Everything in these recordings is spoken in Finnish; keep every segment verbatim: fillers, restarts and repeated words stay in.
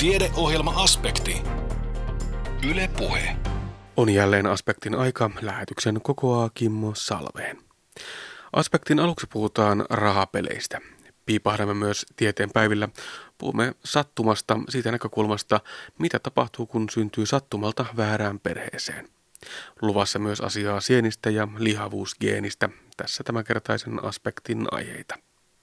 Tiedeohjelma-aspekti. Yle Puhe. On jälleen Aspektin aika. Lähetyksen kokoaa Kimmo Salveen. Aspektin aluksi puhutaan rahapeleistä. Piipahdamme myös tieteen päivillä. Puhumme sattumasta siitä näkökulmasta, mitä tapahtuu, kun syntyy sattumalta väärään perheeseen. Luvassa myös asiaa sienistä ja lihavuusgeenistä. Tässä tämänkertaisen Aspektin aiheita.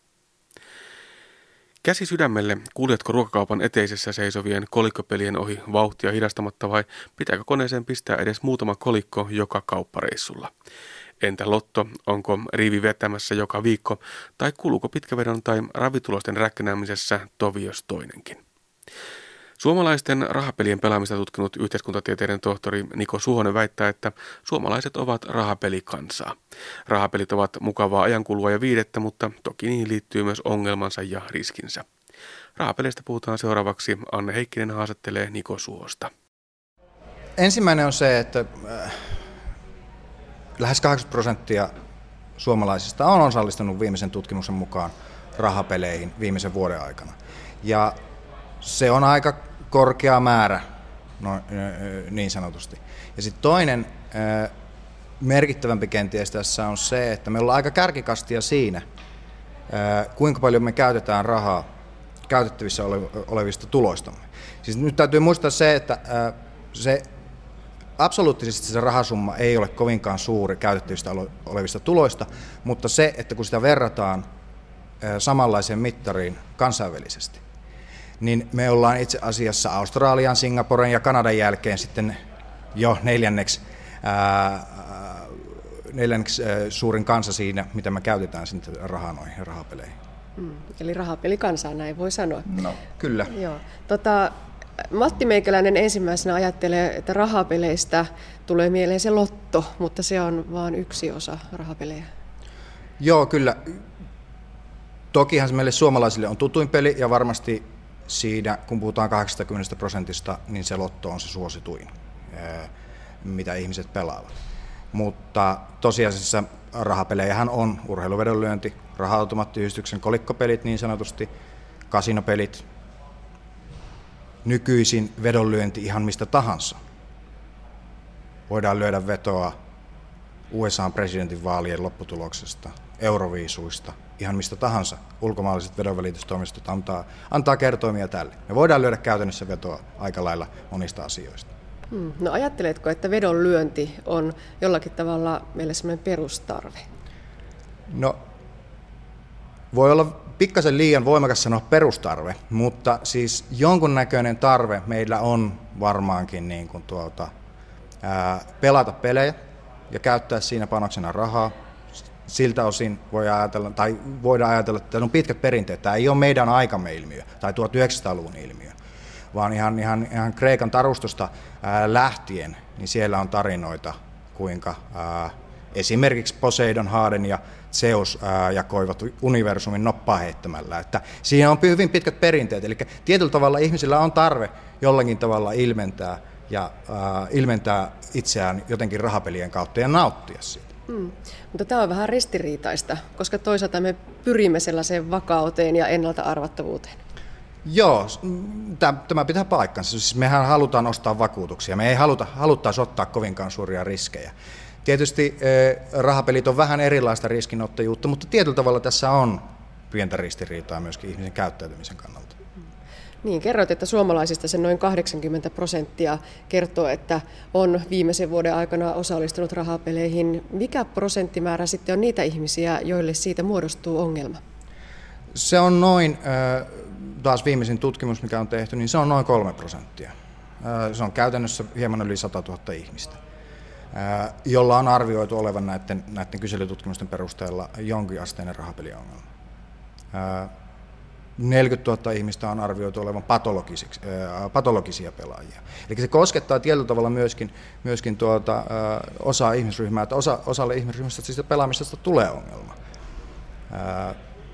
Käsi sydämelle, kuljetko ruokakaupan eteisessä seisovien kolikkopelien ohi vauhtia hidastamatta vai pitääkö koneeseen pistää edes muutama kolikko joka kauppareissulla? Entä lotto, onko rivi vetämässä joka viikko tai kuluuko pitkävedon tai ravitulosten räkkänäämisessä tovi jos toinenkin? Suomalaisten rahapelien pelaamista tutkinut yhteiskuntatieteiden tohtori Niko Suhonen väittää, että suomalaiset ovat rahapelikansaa. Rahapelit ovat mukavaa ajankulua ja viihdettä, mutta toki niihin liittyy myös ongelmansa ja riskinsä. Rahapeleistä puhutaan seuraavaksi. Anne Heikkinen haastattelee Niko Suhosta. Ensimmäinen on se, että äh, lähes kahdeksankymmentä prosenttia suomalaisista on osallistunut viimeisen tutkimuksen mukaan rahapeleihin viimeisen vuoden aikana. Ja se on aika korkea määrä, no, niin sanotusti. Ja sitten toinen äh, merkittävämpi kenties tässä on se, että me ollaan aika kärkikastia siinä, äh, kuinka paljon me käytetään rahaa käytettävissä olevista tuloistamme. Siis nyt täytyy muistaa se, että äh, se absoluuttisesti se rahasumma ei ole kovinkaan suuri käytettävistä olevista tuloista, mutta se, että kun sitä verrataan äh, samanlaiseen mittariin kansainvälisesti, niin me ollaan itse asiassa Australian, Singaporen ja Kanadan jälkeen sitten jo neljänneksi, ää, neljänneksi ää, suurin kansa siinä, mitä me käytetään sitten rahaa noihin rahapeleihin. Mm, eli rahapelikansaa, näin voi sanoa. No, kyllä. Joo. Tota, Matti Meikäläinen ensimmäisenä ajattelee, että rahapeleistä tulee mieleen se lotto, mutta se on vain yksi osa rahapelejä. Joo, kyllä. Tokihan se meille suomalaisille on tutuin peli ja varmasti siinä, kun puhutaan kahdeksankymmentä prosentista, niin se lotto on se suosituin, mitä ihmiset pelaavat. Mutta tosiasiassa rahapelejähän on urheiluvedonlyönti, raha-automaattiyhdistyksen kolikkopelit niin sanotusti, kasinopelit, nykyisin vedonlyönti ihan mistä tahansa. Voidaan lyödä vetoa U S A:n presidentinvaalien lopputuloksesta, euroviisuista, ihan mistä tahansa. Ulkomaalaiset vedonvälitystoimistot antaa, antaa kertoimia tälle. Me voidaan lyödä käytännössä vetoa aika lailla monista asioista. Hmm. No ajatteletko, että vedonlyönti on jollakin tavalla meille sellainen perustarve? No, voi olla pikkasen liian voimakas sanoa perustarve, mutta siis jonkunnäköinen tarve meillä on varmaankin niin kuin tuota, ää, pelata pelejä ja käyttää siinä panoksena rahaa. Siltä osin voi ajatella, tai voidaan ajatella, että on pitkät perinteet. Tämä ei ole meidän aikamme ilmiö tai tuhatyhdeksänsataaluvun ilmiö, vaan ihan, ihan, ihan Kreikan tarustosta ää, lähtien, niin siellä on tarinoita, kuinka ää, esimerkiksi Poseidon, Haaden ja Zeus ää, jakoivat universumin noppaa heittämällä. Että siinä on hyvin pitkät perinteet, eli tietyllä tavalla ihmisillä on tarve jollakin tavalla ilmentää ja ää, ilmentää itseään jotenkin rahapelien kautta ja nauttia siitä. Hmm. Mutta tämä on vähän ristiriitaista, koska toisaalta me pyrimme sellaiseen vakauteen ja ennalta arvattavuuteen. Joo, tämä pitää paikkansa. Siis mehän halutaan ostaa vakuutuksia. Me ei haluta, haluttaisi ottaa kovinkaan suuria riskejä. Tietysti eh, rahapelit on vähän erilaista riskinottajuutta, mutta tietyllä tavalla tässä on pientä ristiriitaa myöskin ihmisen käyttäytymisen kannalta. Niin, kerroit, että suomalaisista se noin kahdeksankymmentä prosenttia kertoo, että on viimeisen vuoden aikana osallistunut rahapeleihin. Mikä prosenttimäärä sitten on niitä ihmisiä, joille siitä muodostuu ongelma? Se on noin, taas viimeisin tutkimus, mikä on tehty, niin se on noin kolme prosenttia. Se on käytännössä hieman yli sata tuhatta ihmistä, jolla on arvioitu olevan näiden, näiden kyselytutkimusten perusteella jonkinasteinen rahapeliongelma. neljäkymmentätuhatta ihmistä on arvioitu olevan patologisia pelaajia. Eli se koskettaa tietyllä tavalla myöskin, myöskin tuota, osaa ihmisryhmää, että osa, osalle ihmisryhmästä siitä pelaamisesta tulee ongelma. Ää,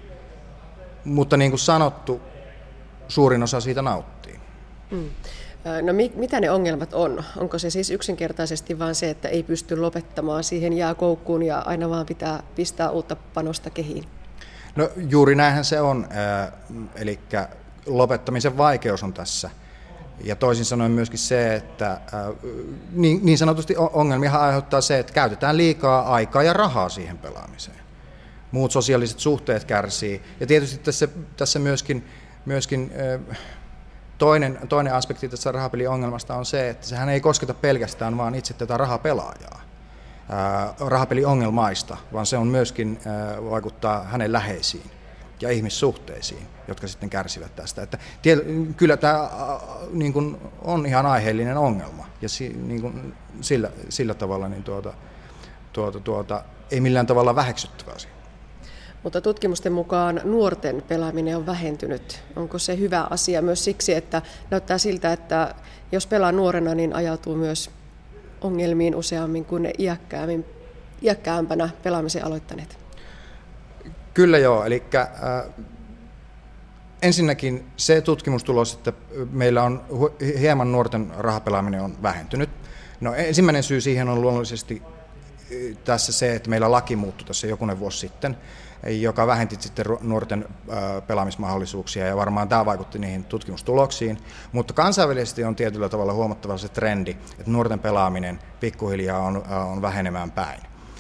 mutta niin kuin sanottu, suurin osa siitä nauttii. Mm. No mi- mitä ne ongelmat on? Onko se siis yksinkertaisesti vain se, että ei pysty lopettamaan, siihen jää koukkuun ja aina vaan pitää pistää uutta panosta kehiin? No juuri näinhän se on, eli lopettamisen vaikeus on tässä Ja toisin sanoen myöskin se, että niin, niin sanotusti ongelmia aiheuttaa se, että käytetään liikaa aikaa ja rahaa siihen pelaamiseen. Muut sosiaaliset suhteet kärsii. Ja tietysti tässä, tässä myöskin, myöskin toinen, toinen aspekti tässä rahapeliongelmasta on se, että sehän ei kosketa pelkästään vaan itse tätä rahapelaajaa, rahapeliongelmaista, vaan se on myöskin vaikuttaa hänen läheisiin ja ihmissuhteisiin, jotka sitten kärsivät tästä. Että tie, kyllä tämä niin kuin on ihan aiheellinen ongelma ja si, niin kuin sillä, sillä tavalla niin tuota, tuota, tuota, ei millään tavalla väheksyttävä asia. Mutta tutkimusten mukaan nuorten pelaaminen on vähentynyt. Onko se hyvä asia myös siksi, että näyttää siltä, että jos pelaa nuorena, niin ajautuu myös ongelmiin useammin kuin ne iäkkäämmin, iäkkäämpänä pelaamisen aloittaneet? Kyllä joo, eli äh, ensinnäkin se tutkimustulos, että meillä on hieman nuorten rahapelaaminen on vähentynyt. No ensimmäinen syy siihen on luonnollisesti tässä se, että meillä laki muuttui tässä jokunen vuosi sitten, joka vähenti sitten nuorten pelaamismahdollisuuksia, ja varmaan tämä vaikutti niihin tutkimustuloksiin. Mutta kansainvälisesti on tietyllä tavalla huomattava se trendi, että nuorten pelaaminen pikkuhiljaa on, on vähenemään päin.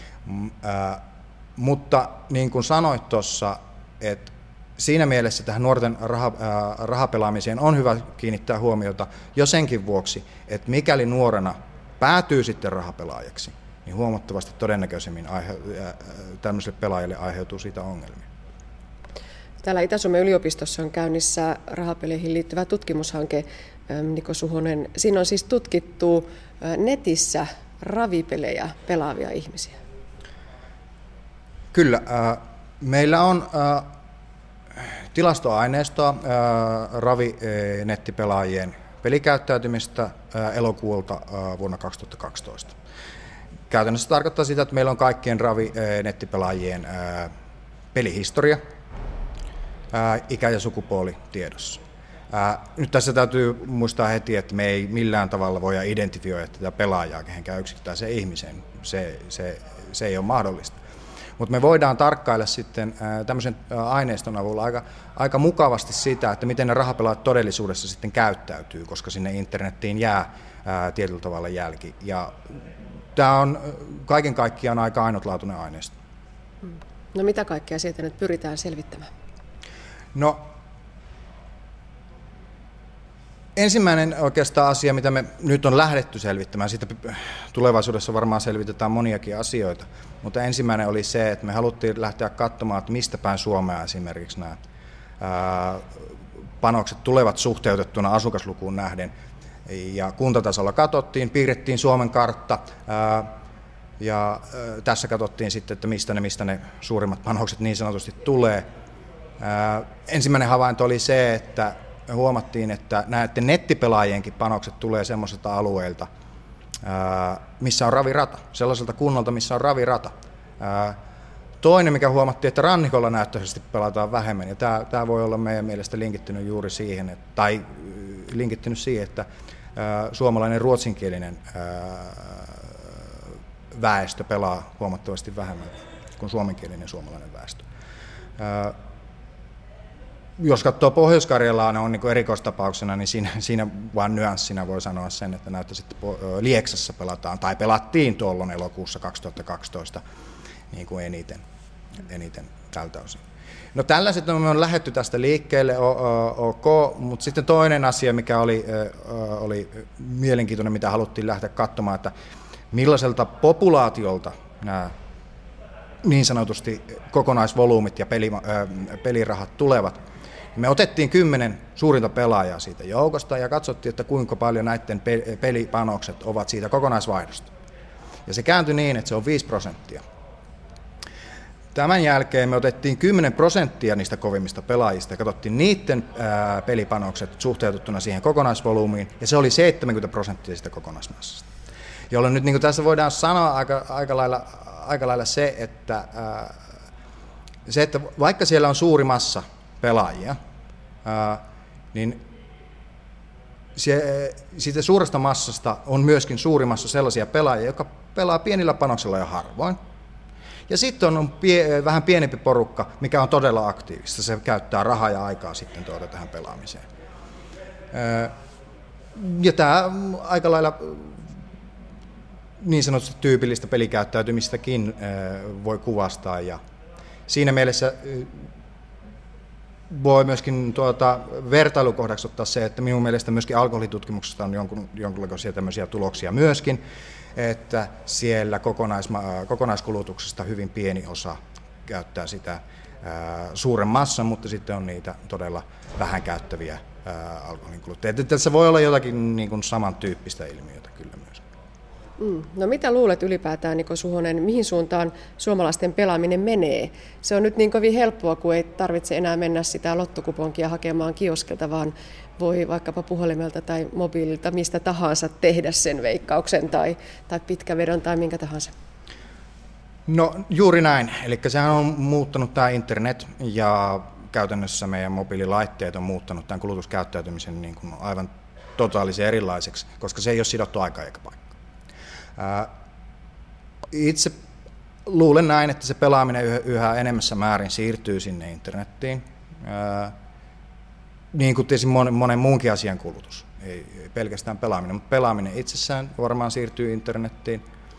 Mutta niin kuin sanoit tuossa, että siinä mielessä tähän nuorten raha, rahapelaamiseen on hyvä kiinnittää huomiota jo senkin vuoksi, että mikäli nuorena päätyy sitten rahapelaajaksi, niin huomattavasti todennäköisemmin aihe, tämmöiselle pelaajalle aiheutuu siitä ongelmia. Täällä Itä-Suomen yliopistossa on käynnissä rahapeleihin liittyvä tutkimushanke, Niko Suhonen. Siinä on siis tutkittu netissä ravipelejä pelaavia ihmisiä. Kyllä. Meillä on tilastoaineistoa ravinettipelaajien pelikäyttäytymistä elokuulta vuonna kaksituhattakaksitoista. Käytännössä tarkoittaa sitä, että meillä on kaikkien ravinettipelaajien pelihistoria, ikä ja sukupuoli tiedossa. Nyt tässä täytyy muistaa heti, että me ei millään tavalla voida identifioida tätä pelaajaa kehenkään yksittäiseen ihmiseen. Se, se, se ei ole mahdollista. Mutta me voidaan tarkkailla sitten tämmöisen aineiston avulla aika, aika mukavasti sitä, että miten ne rahapelaajat todellisuudessa sitten käyttäytyy, koska sinne internettiin jää ää, tietyllä tavalla jälki. Ja tämä on kaiken kaikkiaan aika ainutlaatuinen aineisto. No mitä kaikkea sieltä nyt pyritään selvittämään? No ensimmäinen oikeastaan asia, mitä me nyt on lähdetty selvittämään, siitä tulevaisuudessa varmaan selvitetään moniakin asioita, mutta ensimmäinen oli se, että me haluttiin lähteä katsomaan, että mistä päin Suomea esimerkiksi nämä ää, panokset tulevat suhteutettuna asukaslukuun nähden. Ja kuntatasolla katsottiin, piirrettiin Suomen kartta ää, ja ää, tässä katsottiin sitten, että mistä ne, mistä ne suurimmat panokset niin sanotusti tulee. Ää, ensimmäinen havainto oli se, että me huomattiin, että näiden nettipelaajienkin panokset tulee semmoisilta alueilta, missä on ravirata, sellaiselta kunnalta, missä on ravirata. Toinen, mikä huomattiin, että rannikolla näyttöisesti pelataan vähemmän, ja tämä, tämä voi olla meidän mielestä linkittynyt juuri siihen, että, tai linkittynyt siihen, että suomalainen ruotsinkielinen väestö pelaa huomattavasti vähemmän kuin suomenkielinen suomalainen väestö. Jos katsoo Pohjois-Karjalaa, ne on niin erikoistapauksena, niin siinä, siinä vaan nyanssina voi sanoa sen, että näyttäisi, että Lieksassa pelataan, tai pelattiin tuolloin elokuussa kaksituhattakaksitoista niin kuin eniten, eniten tältä osin. No tällaiset me on lähdetty tästä liikkeelle, ok, mutta sitten toinen asia, mikä oli, oli mielenkiintoinen, mitä haluttiin lähteä katsomaan, että millaiselta populaatiolta nämä niin sanotusti kokonaisvolyymit ja peli, pelirahat tulevat. Me otettiin kymmenen suurinta pelaajaa siitä joukosta ja katsottiin, että kuinka paljon näiden pelipanokset ovat siitä kokonaisvaihdosta. Ja se kääntyi niin, että se on viisi prosenttia. Tämän jälkeen me otettiin kymmenen prosenttia niistä kovimmista pelaajista ja katsottiin niiden ää, pelipanokset suhteutettuna siihen kokonaisvolyymiin, ja se oli seitsemänkymmentä prosenttia siitä kokonaismassasta. Jolloin nyt niin kuin tässä voidaan sanoa aika, aika, lailla, aika lailla se että, ää, se, että vaikka siellä on suuri massa pelaajia, ää, niin se, siitä suuresta massasta on myöskin suuri massa sellaisia pelaajia, jotka pelaa pienillä panoksilla ja harvoin. Ja sitten on pie, vähän pienempi porukka, mikä on todella aktiivista. Se käyttää rahaa ja aikaa sitten tuota tähän pelaamiseen. Ja tämä aika lailla niin sanotusti tyypillistä pelikäyttäytymistäkin voi kuvastaa. Ja siinä mielessä voi myöskin tuota, vertailukohdaksi ottaa se, että minun mielestä myöskin alkoholitutkimuksesta on jonkun, jonkinlaisia tämmöisiä tuloksia myöskin, että siellä kokonais, kokonaiskulutuksesta hyvin pieni osa käyttää sitä ää, suuren massan, mutta sitten on niitä todella vähän käyttäviä alkoholin kuluttajia. Tässä voi olla jotakin niin kuin samantyyppistä ilmiötä kyllä myös. Mm. No mitä luulet ylipäätään, Niko Suhonen, mihin suuntaan suomalaisten pelaaminen menee? Se on nyt niin kovin helppoa, kun ei tarvitse enää mennä sitä lottokuponkia hakemaan kioskilta, vaan voi vaikkapa puhelimelta tai mobiililta mistä tahansa tehdä sen veikkauksen tai, tai pitkävedon tai minkä tahansa. No juuri näin. Eli sehän on muuttanut tämä internet ja käytännössä meidän mobiililaitteet on muuttanut tämän kulutuskäyttäytymisen niin kuin aivan totaalisen erilaiseksi, koska se ei ole sidottu aikaa eikä paikkaa. Itse luulen näin, että se pelaaminen yhä enemmässä määrin siirtyy sinne internettiin, niin kuin tietysti monen muunkin asian kulutus, ei pelkästään pelaaminen, mutta pelaaminen itsessään varmaan siirtyy internettiin,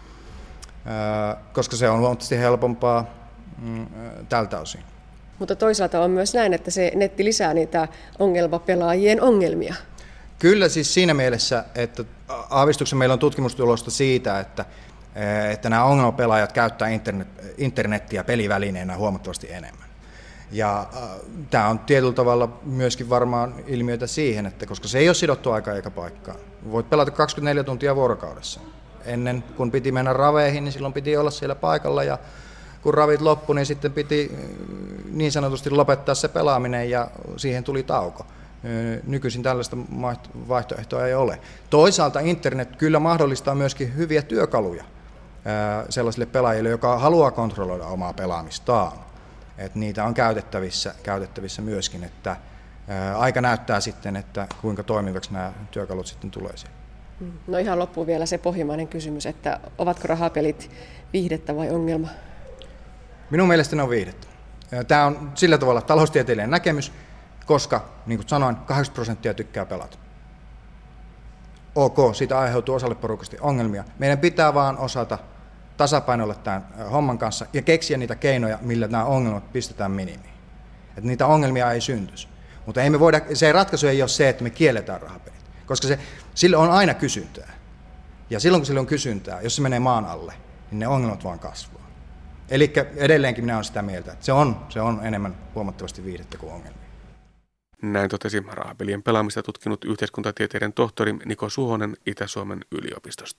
koska se on huomattavasti helpompaa tältä osin. Mutta toisaalta on myös näin, että se netti lisää niitä ongelmapelaajien ongelmia. Kyllä siis siinä mielessä, että aavistuksen meillä on tutkimustulosta siitä, että, että nämä ongelmapelaajat käyttää internet, internettiä pelivälineenä huomattavasti enemmän. Ja äh, tämä on tietyllä tavalla myöskin varmaan ilmiötä siihen, että koska se ei ole sidottu aikaa eikä paikkaan. Voit pelata kaksikymmentäneljä tuntia vuorokaudessa. Ennen kun piti mennä raveihin, niin silloin piti olla siellä paikalla ja kun ravit loppui, niin sitten piti niin sanotusti lopettaa se pelaaminen ja siihen tuli tauko. Nykyisin tällaista vaihtoehtoa ei ole. Toisaalta internet kyllä mahdollistaa myöskin hyviä työkaluja sellaisille pelaajille, joka haluaa kontrolloida omaa pelaamistaan. Että niitä on käytettävissä, käytettävissä myöskin, että aika näyttää sitten, että kuinka toimivaksi nämä työkalut sitten tulee siihen. No ihan loppuun vielä se pohjimmainen kysymys, että ovatko rahapelit viihdettä vai ongelma? Minun mielestäni ne on viihdettä. Tämä on sillä tavalla taloustieteellinen näkemys, koska, niin kuin sanoin, kahdeksankymmentä prosenttia tykkää pelata. Ok, siitä aiheutuu osalle porukasta ongelmia. Meidän pitää vaan osata tasapainoilla tämän homman kanssa ja keksiä niitä keinoja, millä nämä ongelmat pistetään minimiin. Että niitä ongelmia ei syntyisi. Mutta ei me voida, se ratkaisu ei ole se, että me kielletään rahapelit, koska se, sille on aina kysyntää. Ja silloin kun sille on kysyntää, jos se menee maan alle, niin ne ongelmat vaan kasvaa. Eli edelleenkin minä olen sitä mieltä, että se on, se on enemmän huomattavasti viihdettä kuin ongelmia. Näin totesi rahapelien pelaamista tutkinut yhteiskuntatieteiden tohtori Niko Suhonen Itä-Suomen yliopistosta.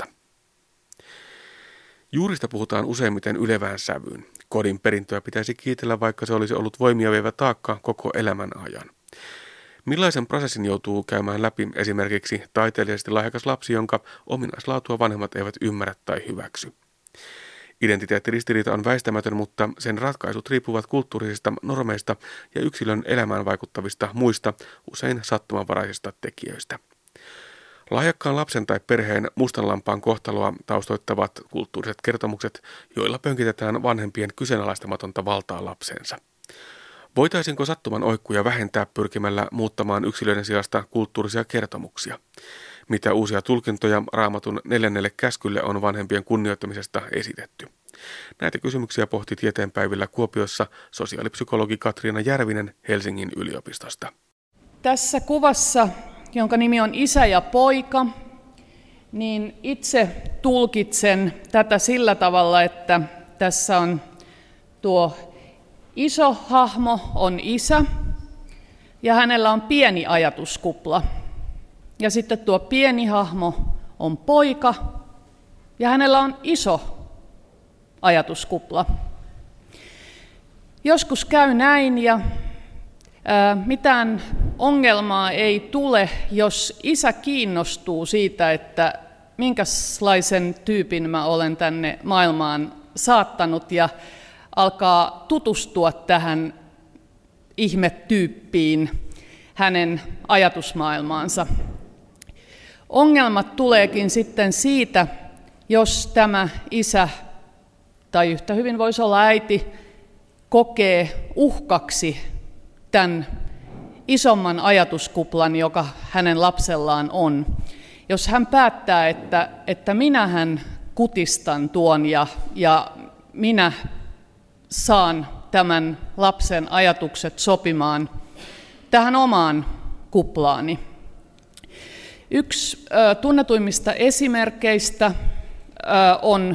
Juurista puhutaan useimmiten ylevään sävyyn. Kodin perintöä pitäisi kiitellä, vaikka se olisi ollut voimia vievä taakka koko elämän ajan. Millaisen prosessin joutuu käymään läpi esimerkiksi taiteellisesti lahjakas lapsi, jonka ominaislaatua vanhemmat eivät ymmärrä tai hyväksy? Identiteettiristiriita on väistämätön, mutta sen ratkaisut riippuvat kulttuurisista normeista ja yksilön elämään vaikuttavista muista, usein sattumanvaraisista tekijöistä. Lahjakkaan lapsen tai perheen mustanlampaan kohtaloa taustoittavat kulttuuriset kertomukset, joilla pönkitetään vanhempien kyseenalaistamatonta valtaa lapsensa. Voitaisinko sattuman oikkuja vähentää pyrkimällä muuttamaan yksilöiden sijasta kulttuurisia kertomuksia? Mitä uusia tulkintoja Raamatun neljännelle käskylle on vanhempien kunnioittamisesta esitetty? Näitä kysymyksiä pohti tieteenpäivillä Kuopiossa sosiaalipsykologi Katriina Järvinen Helsingin yliopistosta. Tässä kuvassa, jonka nimi on Isä ja poika, niin itse tulkitsen tätä sillä tavalla, että tässä on tuo iso hahmo on isä ja hänellä on pieni ajatuskupla. Ja sitten tuo pieni hahmo on poika ja hänellä on iso ajatuskupla. Joskus käy näin ja ää, mitään ongelmaa ei tule, jos isä kiinnostuu siitä, että minkälaisen tyypin mä olen tänne maailmaan saattanut ja alkaa tutustua tähän ihmetyyppiin, hänen ajatusmaailmaansa. Ongelmat tuleekin sitten siitä, jos tämä isä, tai yhtä hyvin voisi olla äiti, kokee uhkaksi tämän isomman ajatuskuplan, joka hänen lapsellaan on. jos hän päättää, että, että minähän kutistan tuon ja, ja minä saan tämän lapsen ajatukset sopimaan tähän omaan kuplaani. Yksi ö, tunnetuimmista esimerkkeistä ö, on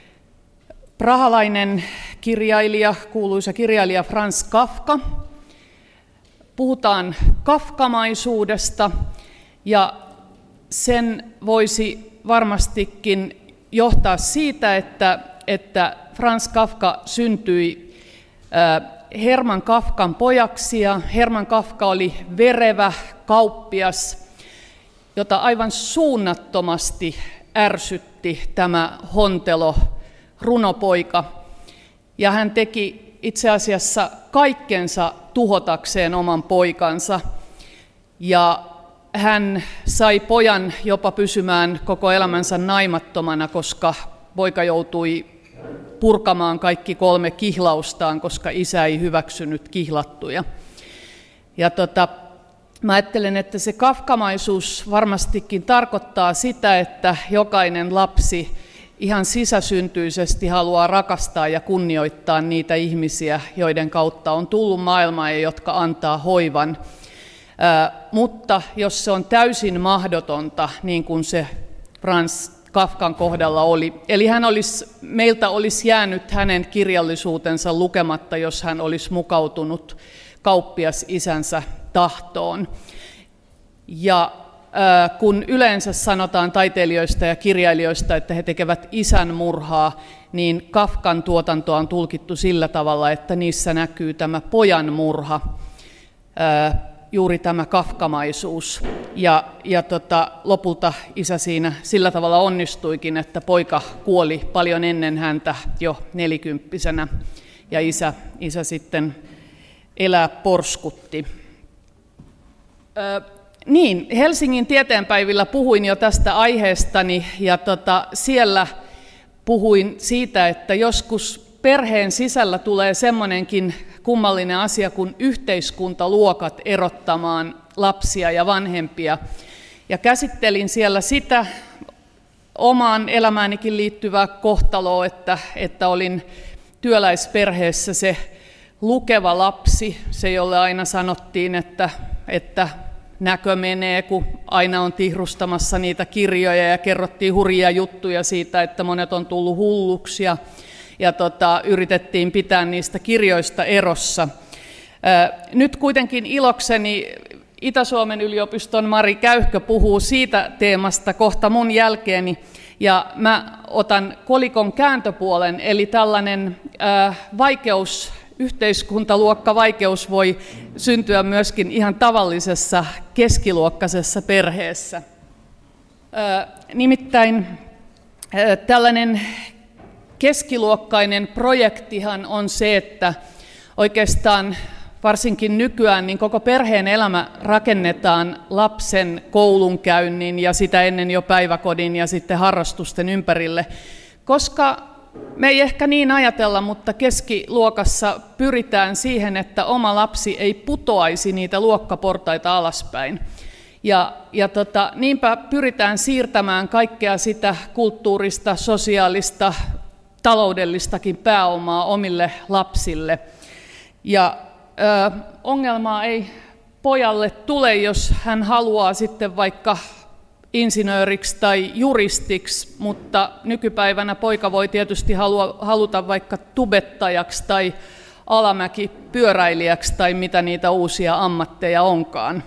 prahalainen kirjailija, kuuluisa kirjailija Franz Kafka. Puhutaan kafkamaisuudesta ja sen voisi varmastikin johtaa siitä, että, että Franz Kafka syntyi Herman Kafkan pojaksi ja Herman Kafka oli verevä kauppias, jota aivan suunnattomasti ärsytti tämä hontelo runopoika. Ja hän teki itse asiassa kaikkensa tuhotakseen oman poikansa. Ja hän sai pojan jopa pysymään koko elämänsä naimattomana, koska poika joutui purkamaan kaikki kolme kihlaustaan, koska isä ei hyväksynyt kihlattuja. Ja tota, mä ajattelen, että se kafkamaisuus varmastikin tarkoittaa sitä, että jokainen lapsi ihan sisäsyntyisesti haluaa rakastaa ja kunnioittaa niitä ihmisiä, joiden kautta on tullut maailmaan ja jotka antaa hoivan. Ää, mutta jos se on täysin mahdotonta, niin kuin se Franz Kafkan kohdalla oli, eli hän olisi, meiltä olisi jäänyt hänen kirjallisuutensa lukematta, jos hän olisi mukautunut kauppias isänsä tahtoon. Ja äh, kun yleensä sanotaan taiteilijoista ja kirjailijoista, että he tekevät isän murhaa, niin Kafkan tuotantoa on tulkittu sillä tavalla, että niissä näkyy tämä pojan murha, äh, juuri tämä kafkamaisuus. Ja, ja tota, lopulta isä siinä sillä tavalla onnistuikin, että poika kuoli paljon ennen häntä jo nelikymppisenä, ja isä, isä sitten elää porskutti. Ö, niin, Helsingin tieteenpäivillä puhuin jo tästä aiheestani, ja tota, siellä puhuin siitä, että joskus perheen sisällä tulee semmoinenkin kummallinen asia kuin yhteiskuntaluokat erottamaan lapsia ja vanhempia. Ja käsittelin siellä sitä omaan elämäänikin liittyvää kohtaloa, että, että olin työläisperheessä se lukeva lapsi, se jolle aina sanottiin, että, että näkö menee, kun aina on tihrustamassa niitä kirjoja ja kerrottiin hurjia juttuja siitä, että monet on tullut hulluksi ja, ja tota, yritettiin pitää niistä kirjoista erossa. Nyt kuitenkin ilokseni Itä-Suomen yliopiston Mari Käyhkö puhuu siitä teemasta kohta mun jälkeeni, ja mä otan kolikon kääntöpuolen, eli tällainen äh, vaikeus, yhteiskuntaluokkavaikeus voi syntyä myöskin ihan tavallisessa keskiluokkaisessa perheessä. Äh, nimittäin äh, tällainen keskiluokkainen projektihan on se, että oikeastaan varsinkin nykyään niin koko perheen elämä rakennetaan lapsen koulunkäynnin ja sitä ennen jo päiväkodin ja sitten harrastusten ympärille, koska me ei ehkä niin ajatella, mutta keskiluokassa pyritään siihen, että oma lapsi ei putoaisi niitä luokkaportaita alaspäin. Ja, ja tota, niinpä pyritään siirtämään kaikkea sitä kulttuurista, sosiaalista, taloudellistakin pääomaa omille lapsille. Ja ö, ongelmaa ei pojalle tule, jos hän haluaa sitten vaikka insinööriksi tai juristiksi, mutta nykypäivänä poika voi tietysti halua, haluta vaikka tubettajaksi tai alamäkipyöräilijäksi tai mitä niitä uusia ammatteja onkaan.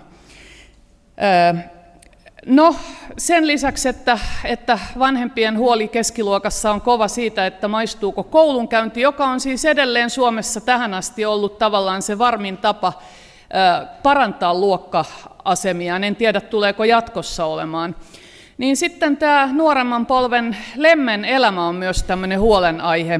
Ö, No sen lisäksi, että, että vanhempien huoli keskiluokassa on kova siitä, että maistuuko koulunkäynti, joka on siis edelleen Suomessa tähän asti ollut tavallaan se varmin tapa ö, parantaa luokka-asemia, en tiedä tuleeko jatkossa olemaan. Niin sitten tämä nuoremman polven lemmen elämä on myös tämmöinen huolenaihe.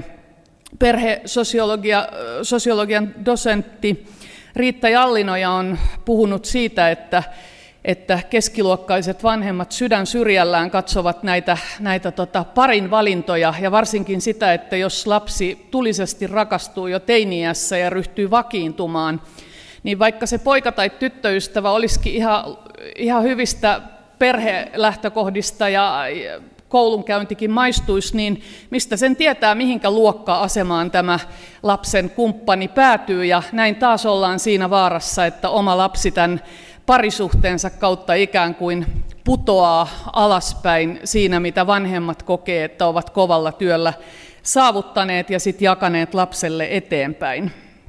Perhesosiologian dosentti Riitta Jallinoja on puhunut siitä, että että keskiluokkaiset vanhemmat sydän syrjällään katsovat näitä, näitä tota, parin valintoja, ja varsinkin sitä, että jos lapsi tulisesti rakastuu jo teini-iässä ja ryhtyy vakiintumaan, niin vaikka se poika tai tyttöystävä olisikin ihan, ihan hyvistä perhelähtökohdista ja koulunkäyntikin maistuisi, niin mistä sen tietää, mihinkä luokka-asemaan tämä lapsen kumppani päätyy, ja näin taas ollaan siinä vaarassa, että oma lapsi tämän parisuhteensa kautta ikään kuin putoaa alaspäin siinä, mitä vanhemmat kokee, että ovat kovalla työllä saavuttaneet ja sitten jakaneet lapselle eteenpäin.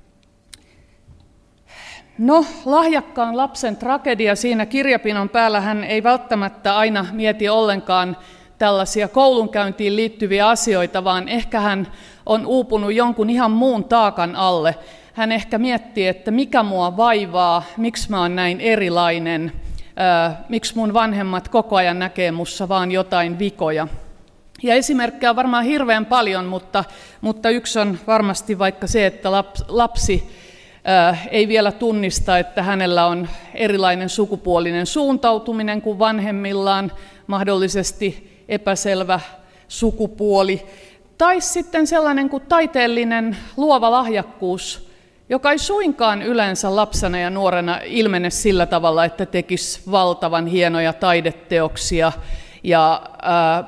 No, lahjakkaan lapsen tragedia siinä kirjapinon päällä, hän ei välttämättä aina mieti ollenkaan tällaisia koulunkäyntiin liittyviä asioita, vaan ehkä hän on uupunut jonkun ihan muun taakan alle. Hän ehkä miettii, että mikä mua vaivaa, miksi mä oon näin erilainen, ää, miksi mun vanhemmat koko ajan näkee mussa vaan jotain vikoja. Ja esimerkkejä on varmaan hirveän paljon, mutta, mutta yksi on varmasti vaikka se, että lapsi ää, ei vielä tunnista, että hänellä on erilainen sukupuolinen suuntautuminen kuin vanhemmillaan, mahdollisesti epäselvä sukupuoli, tai sitten sellainen kuin taiteellinen luova lahjakkuus, joka ei suinkaan yleensä lapsena ja nuorena ilmene sillä tavalla, että tekisi valtavan hienoja taideteoksia ja ää,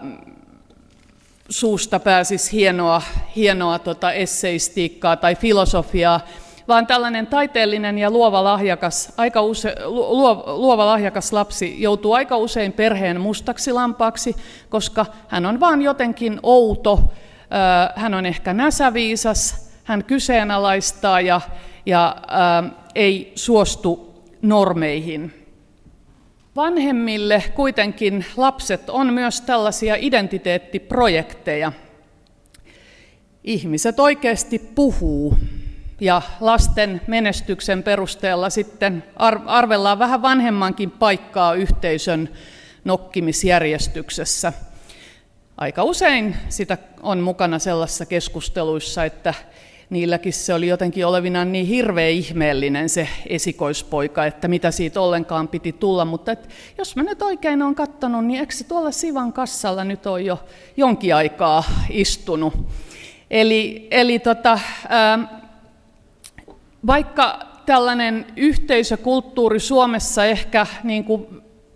suusta pääsisi hienoa, hienoa tota esseistiikkaa tai filosofiaa, vaan tällainen taiteellinen ja luova lahjakas, aika use, luova, luova lahjakas lapsi joutuu aika usein perheen mustaksi lampaaksi, koska hän on vaan jotenkin outo, hän on ehkä näsäviisas, hän kyseenalaistaa ja, ja ää, ei suostu normeihin. Vanhemmille kuitenkin lapset on myös tällaisia identiteettiprojekteja. Ihmiset oikeasti puhuu. Ja lasten menestyksen perusteella sitten arvellaan vähän vanhemmankin paikkaa yhteisön nokkimisjärjestyksessä. Aika usein sitä on mukana sellaisissa keskusteluissa, että niilläkin se oli jotenkin olevinaan niin hirveän ihmeellinen se esikoispoika, että mitä siitä ollenkaan piti tulla. Mutta et, jos mä nyt oikein olen katsonut, niin eikö se tuolla Sivan kassalla nyt ole jo jonkin aikaa istunut? Eli, eli tota... Ää, Vaikka tällainen yhteisökulttuuri Suomessa ehkä niin kuin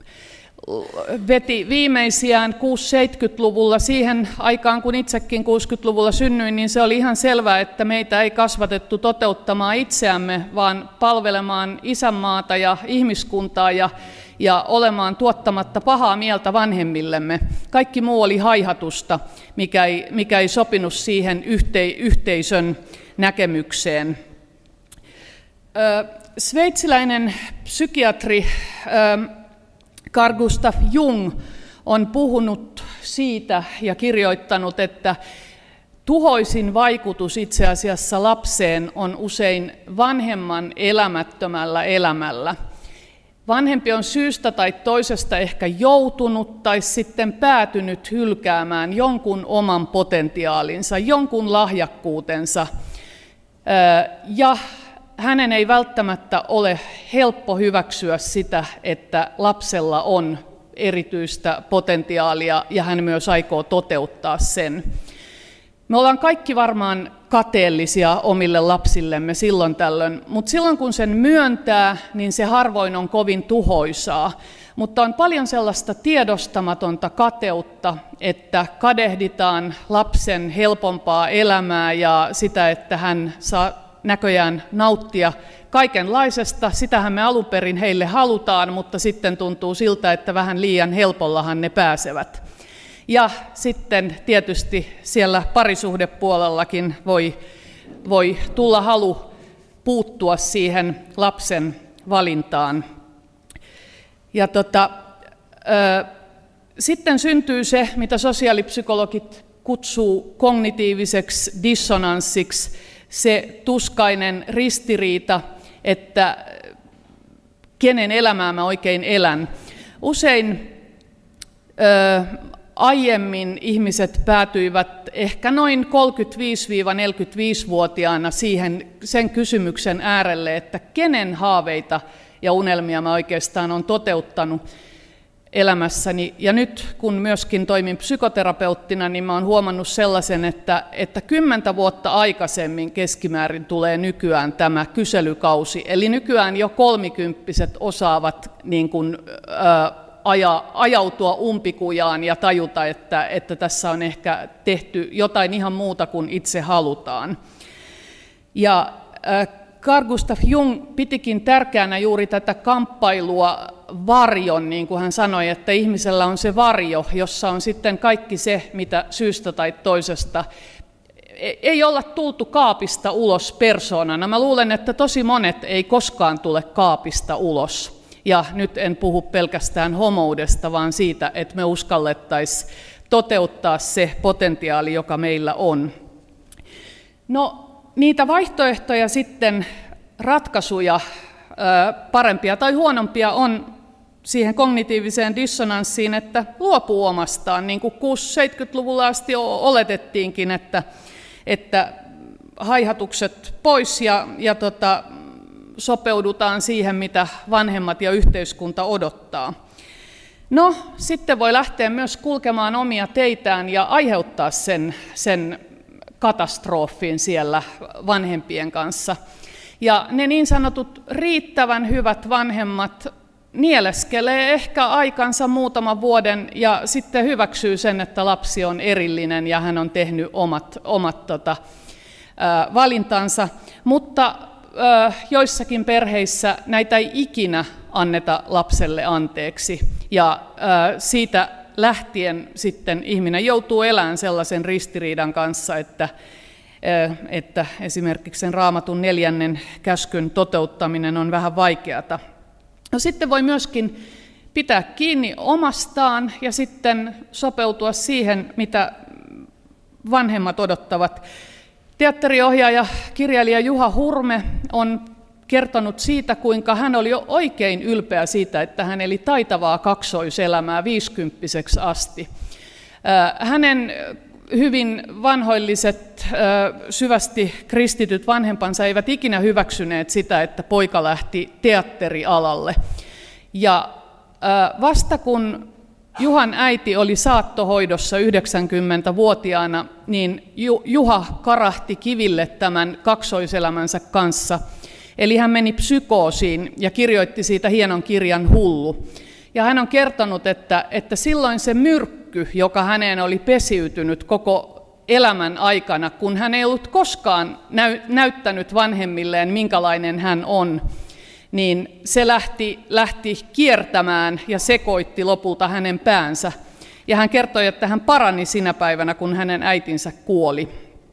veti viimeisiään kuusikymmentä-seitsemänkymmentäluvulla siihen aikaan, kun itsekin kuusikymmentäluvulla synnyin, niin se oli ihan selvää, että meitä ei kasvatettu toteuttamaan itseämme, vaan palvelemaan isänmaata ja ihmiskuntaa ja, ja olemaan tuottamatta pahaa mieltä vanhemmillemme. Kaikki muu oli haihatusta, mikä ei, mikä ei sopinut siihen yhte, yhteisön näkemykseen. Sveitsiläinen psykiatri Carl Gustav Jung on puhunut siitä ja kirjoittanut, että tuhoisin vaikutus itse asiassa lapseen on usein vanhemman elämättömällä elämällä. Vanhempi on syystä tai toisesta ehkä joutunut tai sitten päätynyt hylkäämään jonkun oman potentiaalinsa, jonkun lahjakkuutensa ja hänen ei välttämättä ole helppo hyväksyä sitä, että lapsella on erityistä potentiaalia ja hän myös aikoo toteuttaa sen. Me ollaan kaikki varmaan kateellisia omille lapsillemme silloin tällöin, mutta silloin kun sen myöntää, niin se harvoin on kovin tuhoisaa. Mutta on paljon sellaista tiedostamatonta kateutta, että kadehditaan lapsen helpompaa elämää ja sitä, että hän saa näköjään nauttia kaikenlaisesta. Sitähän me alun perin heille halutaan, mutta sitten tuntuu siltä, että vähän liian helpollahan ne pääsevät. Ja sitten tietysti siellä parisuhdepuolellakin voi, voi tulla halu puuttua siihen lapsen valintaan. Ja tota, ö, sitten syntyy se, mitä sosiaalipsykologit kutsuu kognitiiviseksi dissonanssiksi, se tuskainen ristiriita, että kenen elämää mä oikein elän. Usein ö, aiemmin ihmiset päätyivät ehkä noin kolmekymmentäviisi–neljäkymmentäviisivuotiaana siihen, sen kysymyksen äärelle, että kenen haaveita ja unelmia mä oikeastaan olen toteuttanut elämässäni. Ja nyt kun myöskin toimin psykoterapeuttina, niin mä oon huomannut sellaisen, että, että kymmentä vuotta aikaisemmin keskimäärin tulee nykyään tämä kyselykausi. Eli nykyään jo kolmikymppiset osaavat niin kuin, ö, aja, ajautua umpikujaan ja tajuta, että, että tässä on ehkä tehty jotain ihan muuta kuin itse halutaan. Ja Carl Gustav Jung pitikin tärkeänä juuri tätä kamppailua varjon, niin kuin hän sanoi, että ihmisellä on se varjo, jossa on sitten kaikki se, mitä syystä tai toisesta ei olla tultu kaapista ulos persoonana. Mä luulen, että tosi monet ei koskaan tule kaapista ulos. Ja nyt en puhu pelkästään homoudesta, vaan siitä, että me uskallettaisiin toteuttaa se potentiaali, joka meillä on. No, niitä vaihtoehtoja sitten, ratkaisuja, parempia tai huonompia, on siihen kognitiiviseen dissonanssiin, että luopuu omastaan, niin kuin kuusikymmentä-seitsemänkymmentäluvulla asti oletettiinkin, että, että haihatukset pois ja, ja tota, sopeudutaan siihen, mitä vanhemmat ja yhteiskunta odottaa. No, sitten voi lähteä myös kulkemaan omia teitään ja aiheuttaa sen, sen katastrofin siellä vanhempien kanssa. Ja ne niin sanotut riittävän hyvät vanhemmat nieleskelee ehkä aikansa muutaman vuoden ja sitten hyväksyy sen, että lapsi on erillinen ja hän on tehnyt omat, omat tota, ä, valintansa. Mutta ä, joissakin perheissä näitä ei ikinä anneta lapselle anteeksi. Ja ä, siitä lähtien sitten ihminen joutuu elämään sellaisen ristiriidan kanssa, että, että esimerkiksi sen Raamatun neljännen käskyn toteuttaminen on vähän vaikeata. No sitten voi myöskin pitää kiinni omastaan ja sitten sopeutua siihen, mitä vanhemmat odottavat. Teatteriohjaaja, kirjailija Juha Hurme on kertonut siitä, kuinka hän oli jo oikein ylpeä siitä, että hän eli taitavaa kaksoiselämää viisikymppiseksi asti. Hänen hyvin vanhoilliset, syvästi kristityt vanhempansa eivät ikinä hyväksyneet sitä, että poika lähti teatterialalle. Ja vasta kun Juhan äiti oli saattohoidossa yhdeksänkymmentävuotiaana, niin Juha karahti kiville tämän kaksoiselämänsä kanssa. Eli hän meni psykoosiin ja kirjoitti siitä hienon kirjan Hullu. Ja hän on kertonut, että, että silloin se myrkky, joka häneen oli pesiytynyt koko elämän aikana, kun hän ei ollut koskaan näy, näyttänyt vanhemmilleen, minkälainen hän on, niin se lähti, lähti kiertämään ja sekoitti lopulta hänen päänsä. Ja hän kertoi, että hän parani sinä päivänä, kun hänen äitinsä kuoli.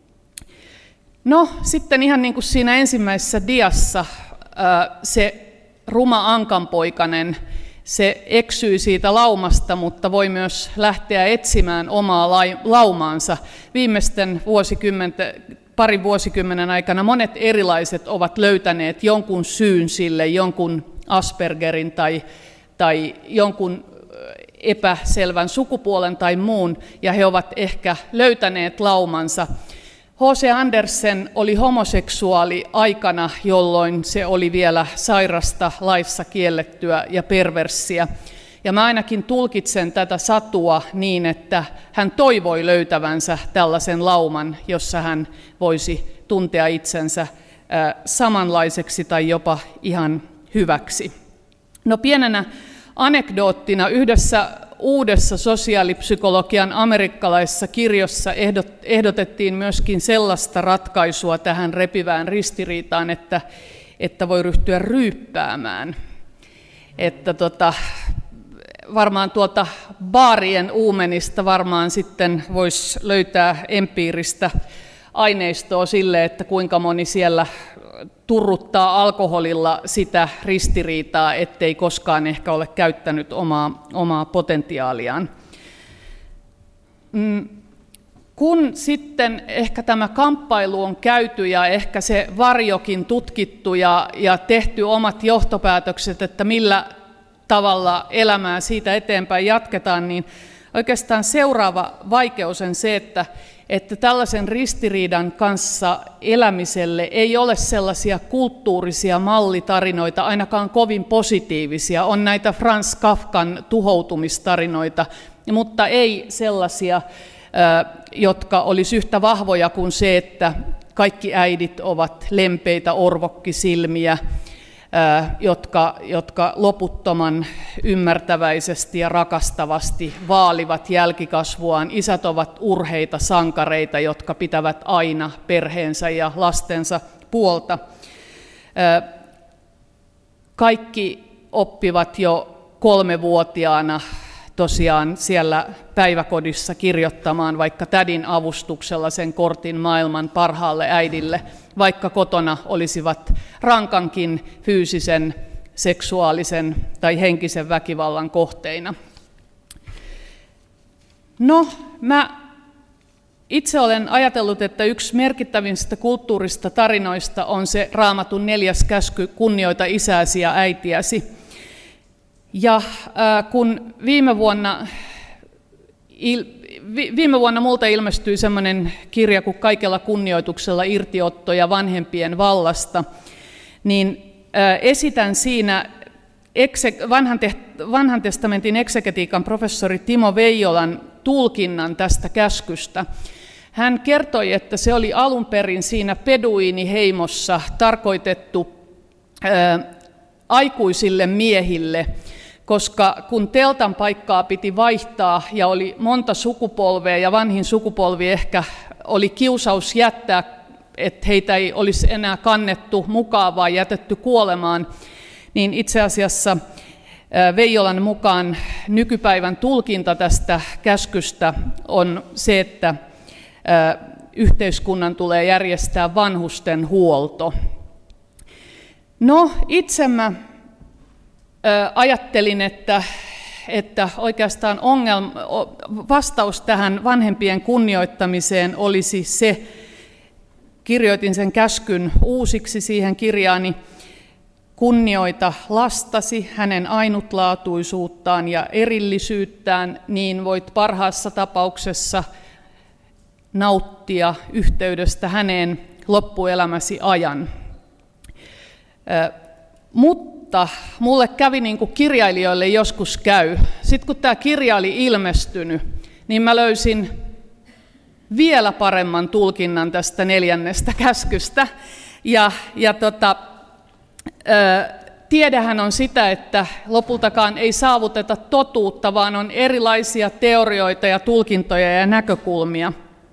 No sitten ihan niin kuin siinä ensimmäisessä diassa se ruma ankanpoikainen, se eksyy siitä laumasta, mutta voi myös lähteä etsimään omaa laumaansa. Viimeisten parin vuosikymmenen aikana monet erilaiset ovat löytäneet jonkun syyn sille, jonkun Aspergerin tai, tai jonkun epäselvän sukupuolen tai muun, ja he ovat ehkä löytäneet laumansa. H C Andersen oli homoseksuaali aikana, jolloin se oli vielä sairasta, laissa kiellettyä ja perverssiä. Ja mä ainakin tulkitsen tätä satua niin, että hän toivoi löytävänsä tällaisen lauman, jossa hän voisi tuntea itsensä samanlaiseksi tai jopa ihan hyväksi. No pienenä anekdoottina yhdessä uudessa sosiaalipsykologian amerikkalaisessa kirjossa ehdotettiin myöskin sellaista ratkaisua tähän repivään ristiriitaan, että, että voi ryhtyä ryyppäämään. Että tota, varmaan tuolta baarien uumenista varmaan sitten voisi löytää empiiristä aineistoa sille, että kuinka moni siellä turruttaa alkoholilla sitä ristiriitaa, ettei koskaan ehkä ole käyttänyt omaa, omaa potentiaaliaan. Kun sitten ehkä tämä kamppailu on käyty ja ehkä se varjokin tutkittu ja, ja tehty omat johtopäätökset, että millä tavalla elämää siitä eteenpäin jatketaan, niin oikeastaan seuraava vaikeus on se, että että tällaisen ristiriidan kanssa elämiselle ei ole sellaisia kulttuurisia mallitarinoita, ainakaan kovin positiivisia. On näitä Franz Kafkan tuhoutumistarinoita, mutta ei sellaisia, jotka olisi yhtä vahvoja kuin se, että kaikki äidit ovat lempeitä orvokkisilmiä, jotka, jotka loputtoman ymmärtäväisesti ja rakastavasti vaalivat jälkikasvuaan. Isät ovat urheita sankareita, jotka pitävät aina perheensä ja lastensa puolta. Kaikki oppivat jo kolmevuotiaana tosiaan siellä päiväkodissa kirjoittamaan vaikka tädin avustuksella sen kortin maailman parhaalle äidille, vaikka kotona olisivat rankankin fyysisen, seksuaalisen tai henkisen väkivallan kohteina. No, mä itse olen ajatellut, että yksi merkittävimmistä kulttuurista tarinoista on se Raamatun neljäs käsky, kunnioita isääsi ja äitiäsi. Ja äh, kun viime vuonna, il, vi, viime vuonna multa ilmestyi semmoinen kirja kuin Kaikella kunnioituksella irtiottoja vanhempien vallasta, niin äh, esitän siinä ekse, vanhan, te, vanhan testamentin eksegetiikan professori Timo Veijolan tulkinnan tästä käskystä. Hän kertoi, että se oli alun perin siinä peduiiniheimossa tarkoitettu ää, aikuisille miehille, koska kun teltan paikkaa piti vaihtaa ja oli monta sukupolvea ja vanhin sukupolvi ehkä oli kiusaus jättää, että heitä ei olisi enää kannettu mukaan, vaan jätetty kuolemaan, niin itse asiassa Veijolan mukaan nykypäivän tulkinta tästä käskystä on se, että yhteiskunnan tulee järjestää vanhusten huolto. No, itse mä ajattelin, että, että oikeastaan ongelma, vastaus tähän vanhempien kunnioittamiseen olisi se, kirjoitin sen käskyn uusiksi siihen kirjaani, kunnioita lastasi, hänen ainutlaatuisuuttaan ja erillisyyttään, niin voit parhaassa tapauksessa nauttia yhteydestä häneen loppuelämäsi ajan. Mutta mulle kävi niin kuin kirjailijoille joskus käy. Sitten kun tämä kirja oli ilmestynyt, niin mä löysin vielä paremman tulkinnan tästä neljännestä käskystä. Ja, ja tota, tiedehän on sitä, että lopultakaan ei saavuteta totuutta, vaan on erilaisia teorioita ja tulkintoja ja näkökulmia.